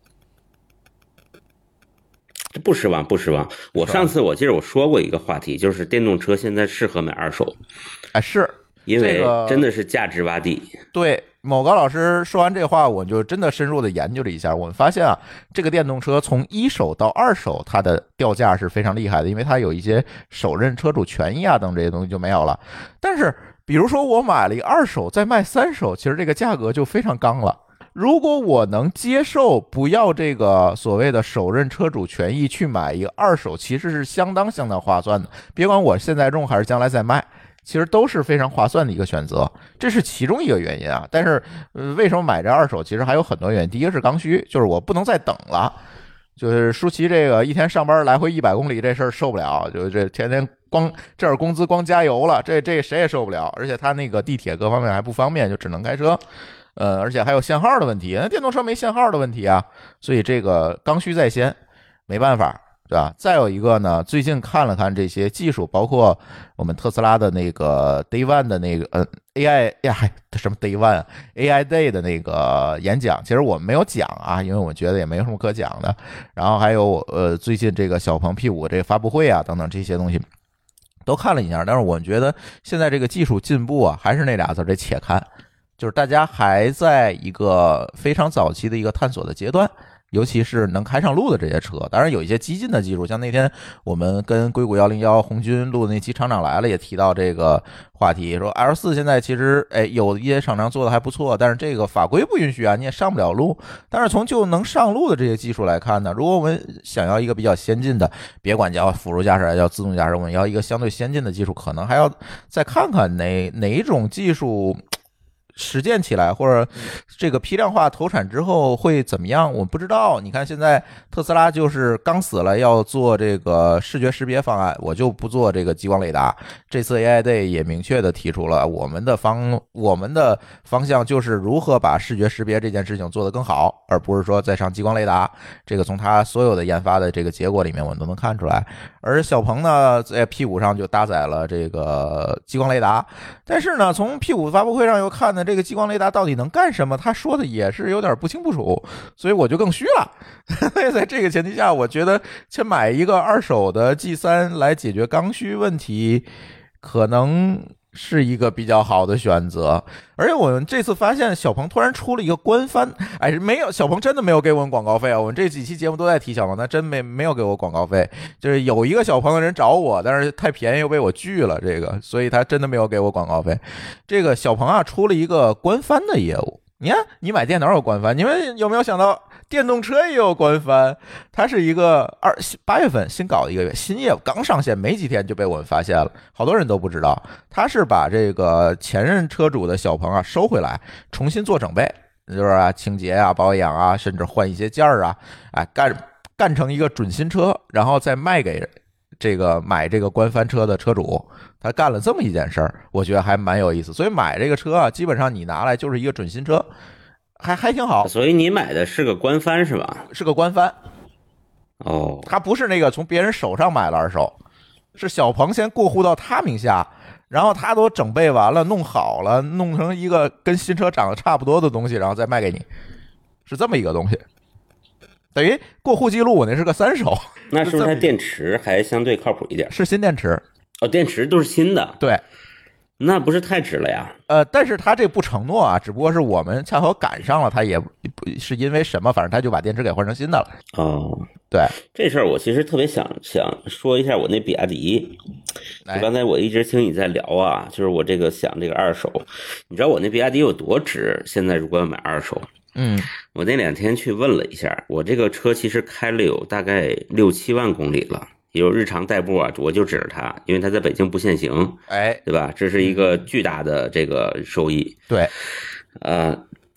不失望，不失望。我上次我记得我说过一个话题，就是电动车现在适合买二手， 哎，是因为真的是价值洼地。 这个、对，某高老师说完这话，我就真的深入的研究了一下，我们发现啊，这个电动车从一手到二手，它的掉价是非常厉害的，因为它有一些首任车主权益啊等这些东西就没有了。但是，比如说我买了一个二手，再卖三手，其实这个价格就非常刚了。如果我能接受不要这个所谓的首任车主权益去买一个二手，其实是相当相当划算的。别管我现在用还是将来再卖，其实都是非常划算的一个选择，这是其中一个原因啊。但是，呃，为什么买这二手？其实还有很多原因。第一个是刚需，就是我不能再等了。就是舒淇这个一天上班来回一百公里这事儿受不了，就这天天光这点工资光加油了，这这谁也受不了。而且他那个地铁各方面还不方便，就只能开车。呃，而且还有限号的问题，那电动车没限号的问题啊，所以这个刚需在先，没办法，对吧？再有一个呢，最近看了看这些技术，包括我们特斯拉的那个 Day One 的那个呃 A I 呀，什么 Day One A I Day 的那个演讲，其实我们没有讲啊，因为我觉得也没有什么可讲的。然后还有呃最近这个小鹏 P 五 这个发布会啊等等这些东西都看了一下，但是我觉得现在这个技术进步啊，还是那俩字，这且看。就是大家还在一个非常早期的一个探索的阶段，尤其是能开上路的这些车。当然有一些激进的技术，像那天我们跟硅谷一零一红军录的那期厂长来了也提到这个话题，说 L 四 现在其实哎有一些厂商做的还不错，但是这个法规不允许啊，你也上不了路。但是从就能上路的这些技术来看呢，如果我们想要一个比较先进的，别管叫辅助驾驶还叫自动驾驶，我们要一个相对先进的技术，可能还要再看看哪哪种技术实践起来，或者这个批量化投产之后会怎么样，我们不知道。你看现在特斯拉就是刚死了要做这个视觉识别方案，我就不做这个激光雷达。这次 A I Day 也明确的提出了我们的方我们的方向就是如何把视觉识别这件事情做得更好，而不是说再上激光雷达。这个从它所有的研发的这个结果里面我们都能看出来。而小鹏呢在 P 五 上就搭载了这个激光雷达，但是呢从 P 五 发布会上又看呢这个激光雷达到底能干什么，他说的也是有点不清不楚，所以我就更虚了。在这个前提下，我觉得先买一个二手的 G 三 来解决刚需问题可能是一个比较好的选择。而且我们这次发现小鹏突然出了一个官方，哎，没有，小鹏真的没有给我们广告费啊！我们这几期节目都在提小鹏，他真没没有给我广告费。就是有一个小鹏的人找我，但是太便宜又被我拒了，这个，所以他真的没有给我广告费。这个小鹏啊，出了一个官方的业务。你看，你买电脑有官方，你们有没有想到电动车也有官方？它是一个二八月份新搞的一个新业务，刚上线没几天就被我们发现了，好多人都不知道。它是把这个前任车主的小鹏啊收回来，重新做整备，就是啊清洁啊、保养啊，甚至换一些件儿啊，哎干干成一个准新车，然后再卖给这个买这个官方车的车主。他干了这么一件事儿，我觉得还蛮有意思。所以买这个车啊，基本上你拿来就是一个准新车，还还挺好。 所以你买的是个官方是吧？ 是个官方。 哦， 他不是那个从别人手上买了二手，是小鹏先过户到他名下，然后他都整备完了、弄好了，弄成一个跟新车长得差不多的东西，然后再卖给你，是这么一个东西。等于过户记录我那是个三手。 那是不是它电池还相对靠谱一点？ 是新电池。 哦，电池都是新的。 对。 那不是太值了呀？ 呃，但是他这不承诺啊，只不过是我们恰好赶上了，他也不是因为什么，反正他就把电池给换成新的了。 哦， 对， 这事儿我其实特别想想说一下我那比亚迪。就刚才我一直听你在聊啊，就是我这个想这个二手，你知道我那比亚迪有多值？现在如果要买二手， 嗯， 我那两天去问了一下，我这个车其实开了有大概六七万公里了。有日常代步啊，我就指着它，因为它在北京不限行， 哎， 对吧？这是一个巨大的这个收益。 对， 呃，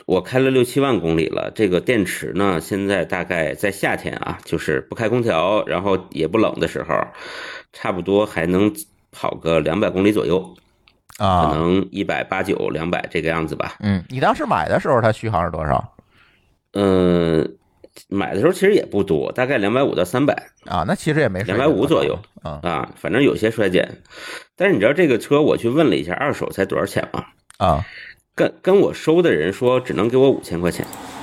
我开了六七万公里了，这个电池呢，现在大概在夏天啊，就是不开空调，然后也不冷的时候，差不多还能跑个两百公里左右。 啊， 可能一百八九、两百这个样子吧。 嗯，你当时买的时候，它续航是多少？ 嗯，买的时候其实也不多，大概两百五到三百啊，那其实也没两百五左右啊啊，反正有些衰减。但是你知道这个车，我去问了一下，二手才多少钱吗？ 啊， 跟跟我收的人说只能给我五千块钱。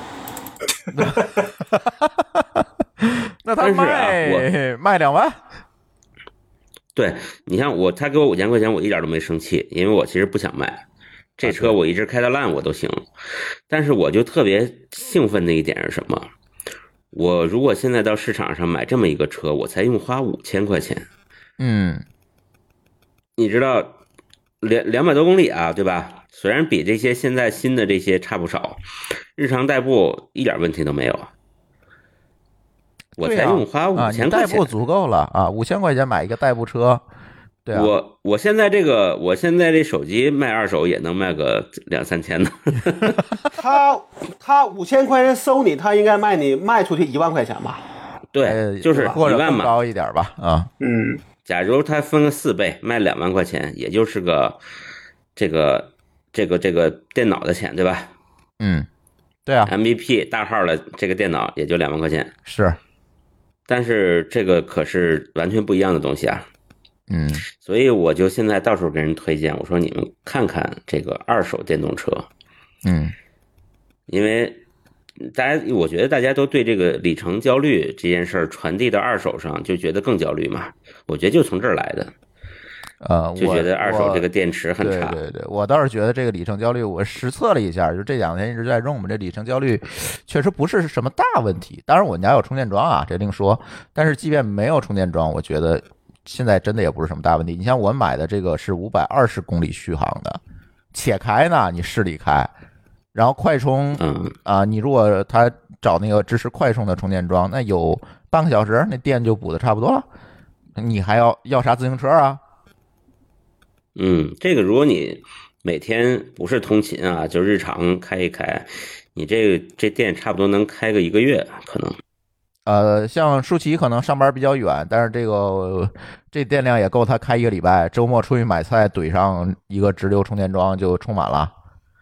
那他卖、 啊、我卖两万。 对，你像我，他给我五千块钱，我一点都没生气，因为我其实不想卖这车，我一直开到烂我都行。但是我就特别兴奋的一点是什么？我如果现在到市场上买这么一个车，我才用花五千块钱。 嗯， 你知道两两百多公里啊，对吧？虽然比这些现在新的这些差不少，日常代步一点问题都没有。我才用花五千块钱， 啊、代步足够了啊！五千块钱买一个代步车，对啊。 我我现在这个，我现在这手机卖二手也能卖个两三千呢。 他他五千块钱收你，他应该卖你卖出去一万块钱吧？ 对，就是一万嘛， 高一点吧啊。 嗯， 假如他分个四倍，卖两万块钱，也就是个这个这个这个电脑的钱，对吧？ 嗯，对啊。 M V P 大号的这个电脑也就两万块钱， 是。 但是这个可是完全不一样的东西啊， 嗯， 所以我就现在到处给人推荐，我说你们看看这个二手电动车， 嗯， 因为大家，我觉得大家都对这个里程焦虑这件事儿传递到二手上，就觉得更焦虑嘛，我觉得就从这儿来的。 呃， 就觉得二手这个电池很差。 对对对，我倒是觉得这个里程焦虑，我实测了一下，就这两天一直在用，我们这里程焦虑确实不是什么大问题。当然我们家有充电桩啊，这另说。但是即便没有充电桩，我觉得现在真的也不是什么大问题。你像我买的这个是五百二十公里续航的，且开呢，你市里开，然后快充， 嗯啊，你如果他找那个支持快充的充电桩，那有半个小时，那电就补的差不多了。你还要要啥自行车啊？ 嗯，这个如果你每天不是通勤啊，就日常开一开，你这个这店差不多能开个一个月，可能。 呃，像舒淇可能上班比较远，但是这个这电量也够他开一个礼拜，周末出去买菜怼上一个直流充电桩就充满了。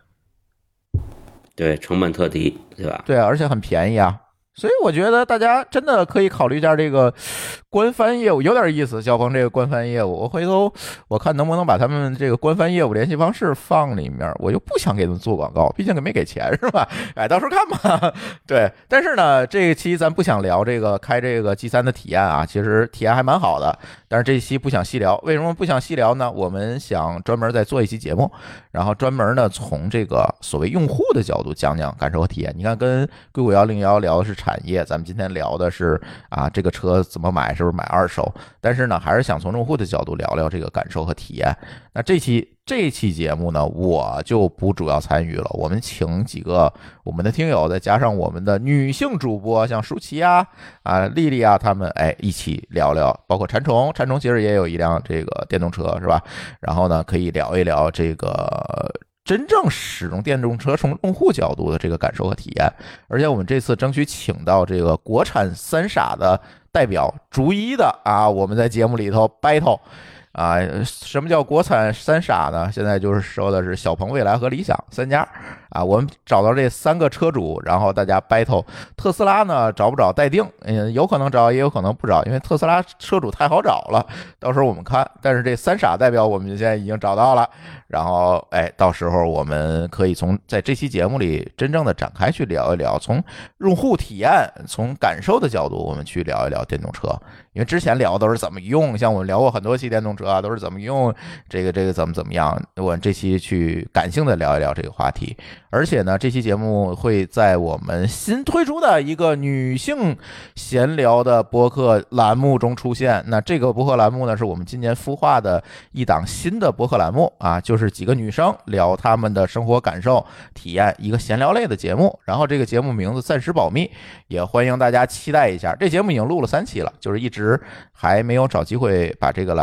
对，成本特低，对吧？ 对，而且很便宜啊。所以我觉得大家真的可以考虑一下这个官方业务，有点意思。小鹏这个官方业务，我回头我看能不能把他们这个官方业务联系方式放里面。我又不想给他们做广告，毕竟没给钱是吧？哎，到时候看吧。对，但是呢，这一期咱不想聊这个开这个 G 三 的体验啊，其实体验还蛮好的。但是这一期不想细聊，为什么不想细聊呢？我们想专门再做一期节目，然后专门呢从这个所谓用户的角度讲讲感受和体验。你看，跟硅谷幺零幺聊的是产业，咱们今天聊的是啊这个车怎么买，是不是买二手？但是呢，还是想从用户的角度聊聊这个感受和体验。那这期这期节目呢，我就不主要参与了，我们请几个我们的听友，再加上我们的女性主播，像舒淇啊、啊丽丽啊，他们哎一起聊聊，包括馋虫，馋虫其实也有一辆这个电动车是吧？然后呢，可以聊一聊这个真正使用电动车从用户角度的这个感受和体验。而且我们这次争取请到这个国产三傻的代表逐一的啊，我们在节目里头 battle。啊，什么叫国产三傻呢？现在就是说的是小鹏、蔚来和理想三家啊。我们找到这三个车主，然后大家 battle。特斯拉呢找不找待定，嗯，有可能找，也有可能不找，因为特斯拉车主太好找了，到时候我们看。但是这三傻代表我们现在已经找到了，然后哎，到时候我们可以从在这期节目里真正的展开去聊一聊，从用户体验、从感受的角度，我们去聊一聊电动车。因为之前聊的都是怎么用，像我们聊过很多期电动车啊，都是怎么用，这个这个怎么怎么样。我这期去感性的聊一聊这个话题，而且呢，这期节目会在我们新推出的一个女性闲聊的播客栏目中出现。那这个播客栏目呢，是我们今年孵化的一档新的播客栏目啊，就是几个女生聊她们的生活感受、体验，一个闲聊类的节目。然后这个节目名字暂时保密，也欢迎大家期待一下。这节目已经录了三期了，就是一直还没有找机会把这个栏目整个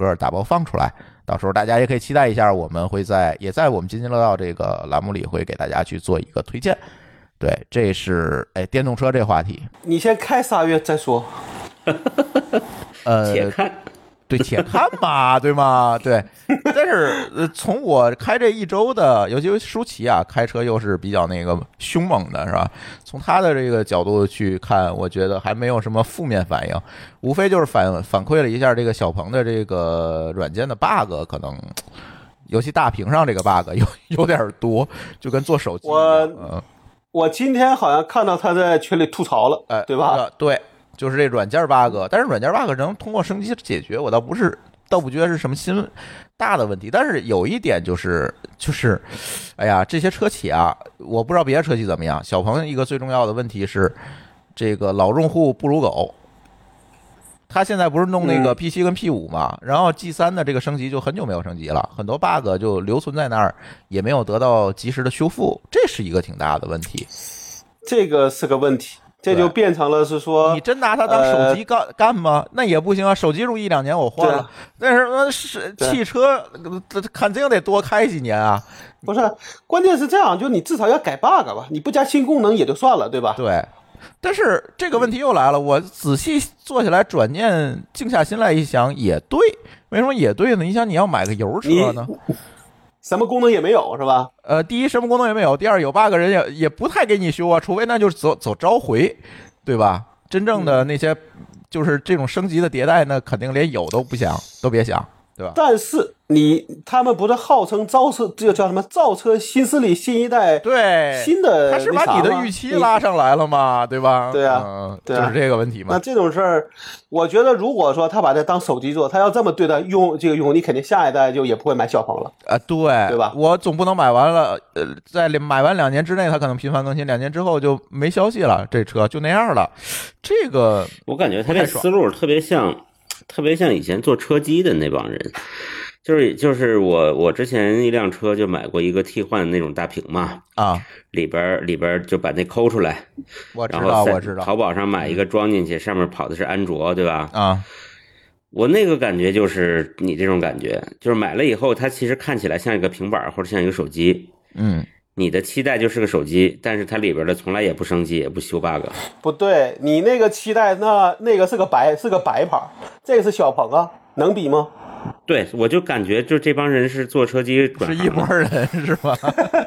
个打包放出来，到时候大家也可以期待一下，我们会在也在我们津津乐道这个栏目里会给大家去做一个推荐。对，这是哎电动车这话题， 你先开仨月再说。 呃， 且看。 对，且看嘛，对吗？对，但是呃，从我开这一周的，尤其舒淇啊，开车又是比较那个凶猛的，是吧？从他的这个角度去看，我觉得还没有什么负面反应，无非就是反反馈了一下这个小鹏的这个软件的 bug， 可能尤其大屏上这个 bug 有有点多，就跟做手机一样。 我、 嗯、 我今天好像看到他在群里吐槽了，哎，对吧？ 呃、对。就是这软件 bug， 但是软件 bug 能通过升级解决，我倒不是，倒不觉得是什么新大的问题。但是有一点就是，就是，哎呀，这些车企啊，我不知道别的车企怎么样。小鹏一个最重要的问题是，这个老用户不如狗。他现在不是弄那个 P 七 跟 P 五 嘛，然后 G 三 的这个升级就很久没有升级了，很多 bug 就留存在那儿，也没有得到及时的修复，这是一个挺大的问题。 这个是个问题。这就变成了是说， 你真拿它当手机干、呃、干吗？那也不行啊！手机用一两年我换了，但是是汽车肯定得多开几年啊！ 不是，关键是这样，就你至少要改 bug 吧，你不加新功能也就算了，对吧？ 对。但是这个问题又来了，我仔细坐下来转念，静下心来一想，也对。为什么也对呢？你想，你要买个油车呢？ 什么功能也没有是吧？ 呃，第一什么功能也没有，第二有 bug 人也也不太给你修啊，除非那就是走走召回，对吧？真正的那些就是这种升级的迭代，那肯定连有都不想，都别想，对吧？ 但是你他们不是号称造车，这个叫什么造车新势力新一代？ 对， 新的他是把你的预期拉上来了嘛，对吧？ 对啊， 嗯， 对啊， 就是这个问题嘛。 那这种事儿，我觉得如果说他把它当手机做，他要这么对待用这个用，你肯定下一代就也不会买小鹏了啊，对， 对吧？ 我总不能买完了，呃，在买完两年之内，他可能频繁更新，两年之后就没消息了，这车就那样了。这个我感觉他这思路特别像，特别像以前做车机的那帮人。就是就是我我之前一辆车就买过一个替换那种大屏嘛啊， 里边里边就把那抠出来， 我知道我知道， 淘宝上买一个装进去，上面跑的是安卓，对吧？ 啊， 我那个感觉就是你这种感觉，就是买了以后它其实看起来像一个平板或者像一个手机， 嗯， 你的期待就是个手机，但是它里边的从来也不升级也不修 bug。 不对，你那个期待那那个是个白是个白牌，这个是小鹏啊，能比吗？ 对，我就感觉就这帮人是做车机转是一拨人是吧？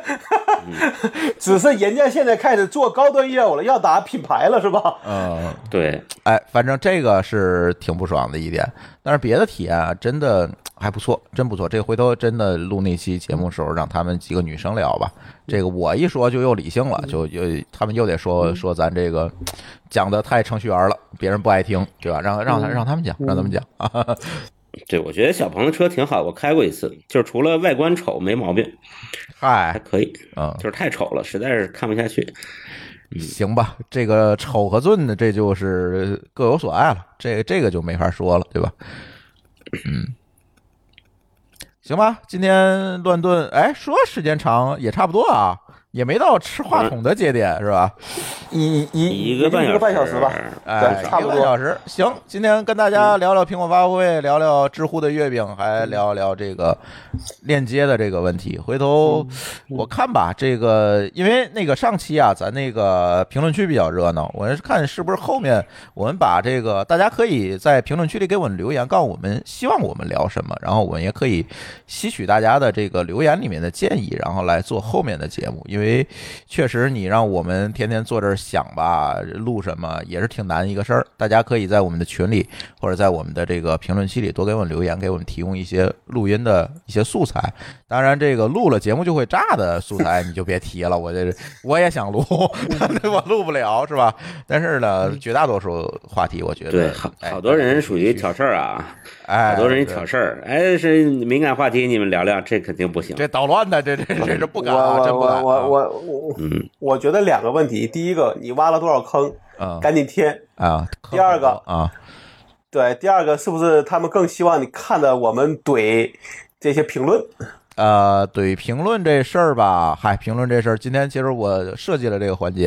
只是人家现在开始做高端业务了，要打品牌了是吧？ 嗯， 对， 哎，反正这个是挺不爽的一点，但是别的体验啊，真的还不错，真不错。这个回头真的录那期节目的时候，让他们几个女生聊吧。这个我一说就又理性了，就就他们又得说说咱这个讲的太程序员了，别人不爱听，对吧？让让他让他们讲，让他们讲啊。 对，我觉得小鹏的车挺好，我开过一次，就是除了外观丑没毛病， 嗨， 还可以， 嗯， 就是太丑了，实在是看不下去。 嗯、行吧，这个丑和俊的，这就是各有所爱了，这这个就没法说了，对吧？嗯，行吧，今天乱炖，哎，说时间长也差不多啊。也没到吃话筒的节点，是吧？ 一一一个半一个半小时吧， 哎， 差不多一个半小时。行，今天跟大家聊聊苹果发布会，聊聊知乎的月饼，还聊聊这个链接的这个问题。回头我看吧，这个因为那个上期啊，咱那个评论区比较热闹，我看是不是后面我们把这个大家可以在评论区里给我们留言，告诉我们希望我们聊什么，然后我们也可以吸取大家的这个留言里面的建议，然后来做后面的节目。因为确实你让我们天天坐这儿想吧，录什么也是挺难一个事儿。大家可以在我们的群里或者在我们的这个评论区里多给我们留言，给我们提供一些录音的一些素材。当然这个录了节目就会炸的素材你就别提了，我这我也想录我录不了是吧？但是呢绝大多数话题我觉得对好好多人属于挑事儿啊，哎，好多人挑事儿，哎，是敏感话题你们聊聊，这肯定不行， 这捣乱的，这这这是不敢啊，真不敢。 我我我我，嗯，我觉得两个问题，第一个，你挖了多少坑， 啊， 赶紧填啊。 第二个啊， 对，第二个是不是他们更希望你看的我们怼这些评论？ 呃，怼评论这事儿吧，嗨，评论这事儿，今天其实我设计了这个环节，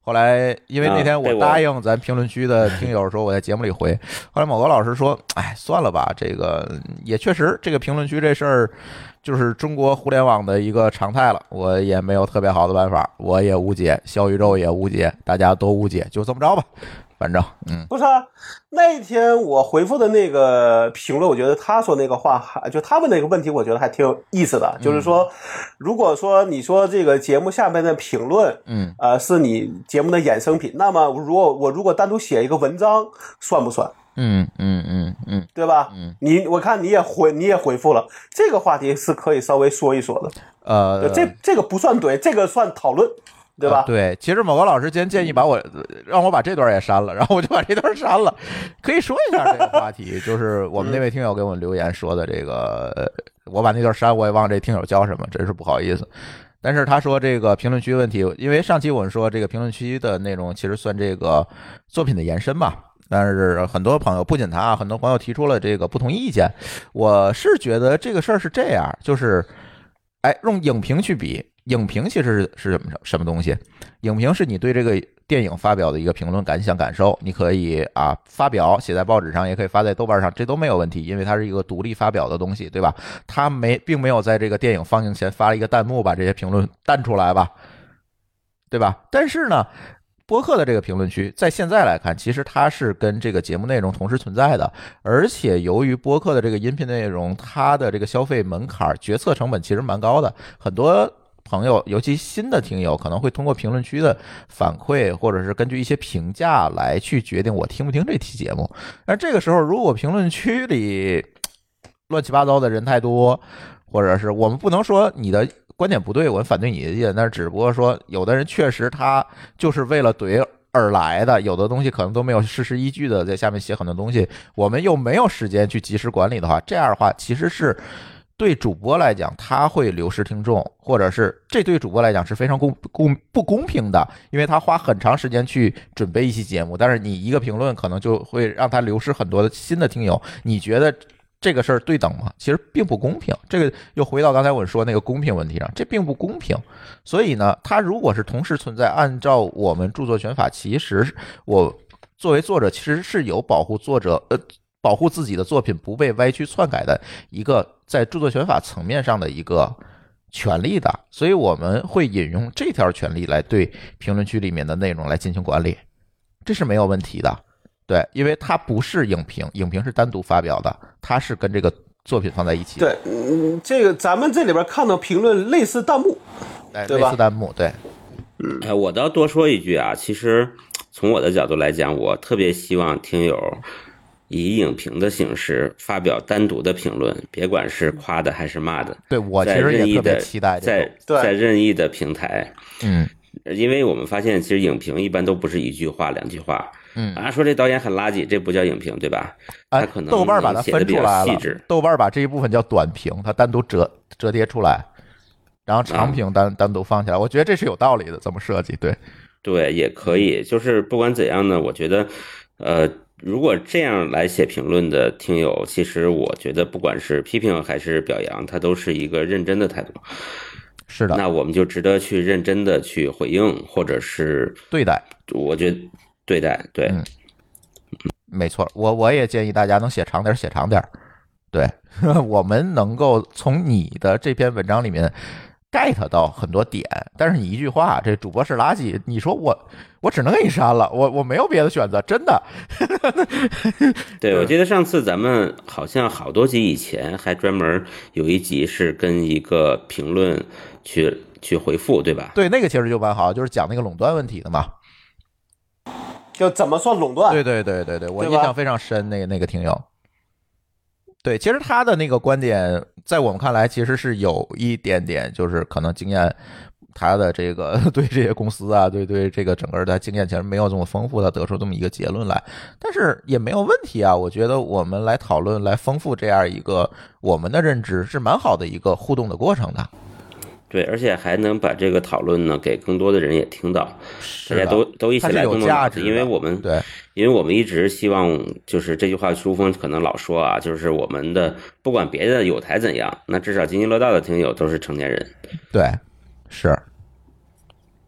后来因为那天我答应咱评论区的听友说我在节目里回，后来某个老师说，哎，算了吧，这个也确实，这个评论区这事儿就是中国互联网的一个常态了，我也没有特别好的办法，我也无解，小宇宙也无解，大家都无解，就这么着吧。反正，嗯， 不是啊，那天我回复的那个评论，我觉得他说那个话还就他问那个问题，我觉得还挺有意思的。嗯、就是说，如果说你说这个节目下面的评论， 嗯， 呃，是你节目的衍生品，那么如果我如果单独写一个文章，算不算？ 嗯嗯嗯嗯， 对吧？ 嗯， 你我看你也回你也回复了，这个话题是可以稍微说一说的。 呃， 这这个不算怼，这个算讨论。对吧、 呃？对，其实某个老师今天建议把我让我把这段也删了，然后我就把这段删了。可以说一下这个话题，就是我们那位听友给我们留言说的这个，我把那段删，我也忘这听友叫什么，真是不好意思。但是他说这个评论区问题，因为上期我们说这个评论区的内容其实算这个作品的延伸吧。但是很多朋友不仅他啊，很多朋友提出了这个不同意见。我是觉得这个事儿是这样，就是哎，用影评去比。影评其实是什么什么东西？影评是你对这个电影发表的一个评论、感想、感受，你可以啊发表写在报纸上，也可以发在豆瓣上，这都没有问题，因为它是一个独立发表的东西，对吧？它没并没有在这个电影放映前发了一个弹幕，把这些评论弹出来吧，对吧？但是呢，播客的这个评论区，在现在来看，其实它是跟这个节目内容同时存在的，而且由于播客的这个音频内容，它的这个消费门槛、决策成本其实蛮高的，很多朋友，尤其新的听友，可能会通过评论区的反馈，或者是根据一些评价来去决定我听不听这期节目。但这个时候，如果评论区里乱七八糟的人太多，或者是我们不能说你的观点不对，我们反对你的意见，但是只不过说，有的人确实他就是为了怼而来的，有的东西可能都没有事实依据的，在下面写很多东西，我们又没有时间去及时管理的话，这样的话其实是对主播来讲，他会流失听众，或者是这对主播来讲是非常公公不公平的，因为他花很长时间去准备一期节目，但是你一个评论可能就会让他流失很多的新的听友。你觉得这个事儿对等吗？其实并不公平。这个又回到刚才我说那个公平问题上，这并不公平。所以呢，它如果是同时存在，按照我们著作权法，其实我作为作者其实是有保护作者呃。保护自己的作品不被歪曲篡改的一个在著作权法层面上的一个权利的，所以我们会引用这条权利来对评论区里面的内容来进行管理，这是没有问题的。对，因为它不是影评，影评是单独发表的，它是跟这个作品放在一起的。 对，嗯，这个咱们这里边看到评论类似弹幕，对吧？ 类似弹幕，对。 嗯，哎，我倒多说一句啊，其实从我的角度来讲，我特别希望听友以影评的形式发表单独的评论，别管是夸的还是骂的。 对，我其实也特别期待这种，在在任意的平台， 嗯， 因为我们发现其实影评一般都不是一句话两句话， 嗯啊，说这导演很垃圾，这不叫影评，对吧？ 啊， 他可能豆瓣把它分出来了，豆瓣把这一部分叫短评，它单独折折叠出来，然后长评单、啊、单独放起来，我觉得这是有道理的，这么设计，对， 对，也可以，就是不管怎样呢，我觉得，呃。如果这样来写评论的听友，其实我觉得不管是批评还是表扬，它都是一个认真的态度。 是的， 那我们就值得去认真的去回应，或者是对待。 我觉得对待，对， 嗯，没错。我我也建议大家能写长点，写长点。对，我们能够从你的这篇文章里面get 到很多点，但是你一句话，这主播是垃圾，你说我我只能给你删了，我我没有别的选择，真的。 对，我记得上次咱们好像好多集以前还专门有一集是跟一个评论去去回复，对吧？ 对，那个其实就蛮好，就是讲那个垄断问题的嘛， 就怎么算垄断？ 对对对对对，我印象非常深，那个那个听友。对，其实他的那个观点，在我们看来，其实是有一点点，就是可能经验，他的这个对这些公司啊，对对这个整个的经验其实没有这么丰富，他得出这么一个结论来，但是也没有问题啊。我觉得我们来讨论，来丰富这样一个我们的认知，是蛮好的一个互动的过程的。 对，而且还能把这个讨论呢给更多的人也听到，大家都都一起来动动脑子，因为我们对， 因为我们一直希望，就是这句话书峰可能老说啊，就是我们的不管别的有台怎样，那至少津津乐道的听友都是成年人。 对，是。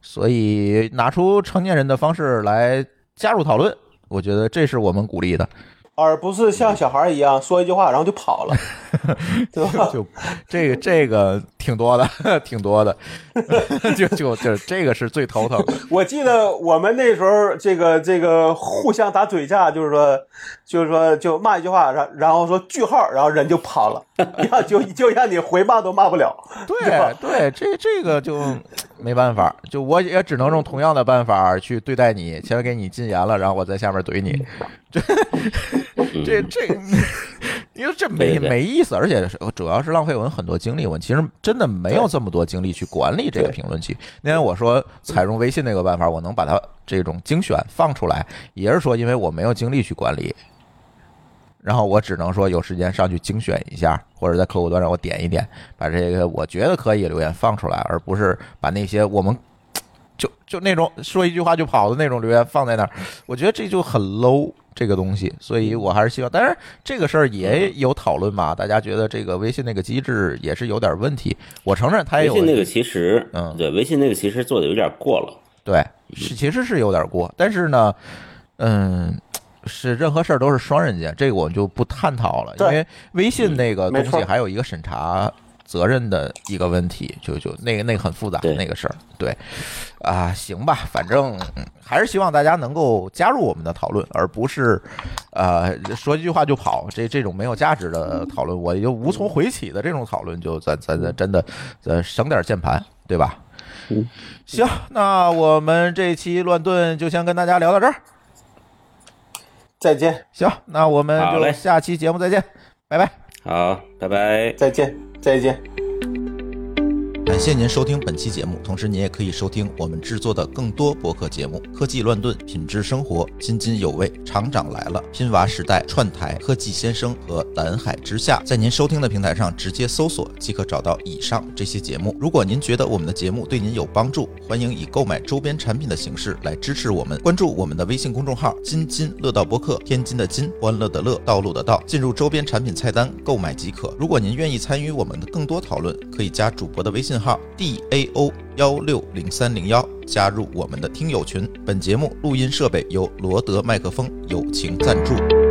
所以拿出成年人的方式来加入讨论，我觉得这是我们鼓励的。 而不是像小孩一样说一句话然后就跑了，对吧？ 就这个这个挺多的，挺多的，就就就这个是最头疼的。 我记得我们那时候这个这个互相打嘴架，就是说就是说就骂一句话，然然后说句号，然后人就跑了，要就就让你回骂都骂不了。 对对，这这个就没办法，就我也只能用同样的办法去对待你，前面给你禁言了，然后我在下面怼你。这这这，因为这没没意思，而且主要是浪费我们很多精力。我其实真的没有这么多精力去管理这个评论区。那天我说采用微信那个办法，我能把它这种精选放出来，也是说因为我没有精力去管理，然后我只能说有时间上去精选一下，或者在客户端让我点一点，把这个我觉得可以留言放出来，而不是把那些我们就就那种说一句话就跑的那种留言放在那儿。我觉得这就很 low。这个东西，所以我还是希望，当然这个事儿也有讨论嘛，大家觉得这个微信那个机制也是有点问题，我承认它也有问题。 微信那个其实， 嗯， 对，微信那个其实做的有点过了， 对，是其实是有点过，但是呢，嗯，是任何事儿都是双刃剑，这个我们就不探讨了，因为微信那个东西还有一个审查责任的一个问题，就就那个那个很复杂那个事儿，对，啊，行吧，反正还是希望大家能够加入我们的讨论，而不是，呃，说一句话就跑，这这种没有价值的讨论，我就无从回起的这种讨论，就咱咱咱真的，呃，省点键盘，对吧？ 嗯， 行，那我们这期乱炖就先跟大家聊到这儿， 再见。 行，那我们就下期节目再见，拜拜。 好，拜拜， 再见，再见。 感谢您收听本期节目，同时您也可以收听我们制作的更多播客节目：科技乱炖、品质生活、津津有味、厂长来了、拼娃时代、串台、科技先生和蓝海之下。在您收听的平台上直接搜索即可找到以上这些节目。如果您觉得我们的节目对您有帮助，欢迎以购买周边产品的形式来支持我们。关注我们的微信公众号津津乐道播客，天津的津，欢乐的乐，道路的道，进入周边产品菜单购买即可。如果您愿意参与我们的更多讨论，可以加主播的微信号 D A O 一六零三零一，加入我们的听友群。本节目录音设备由罗德麦克风友情赞助。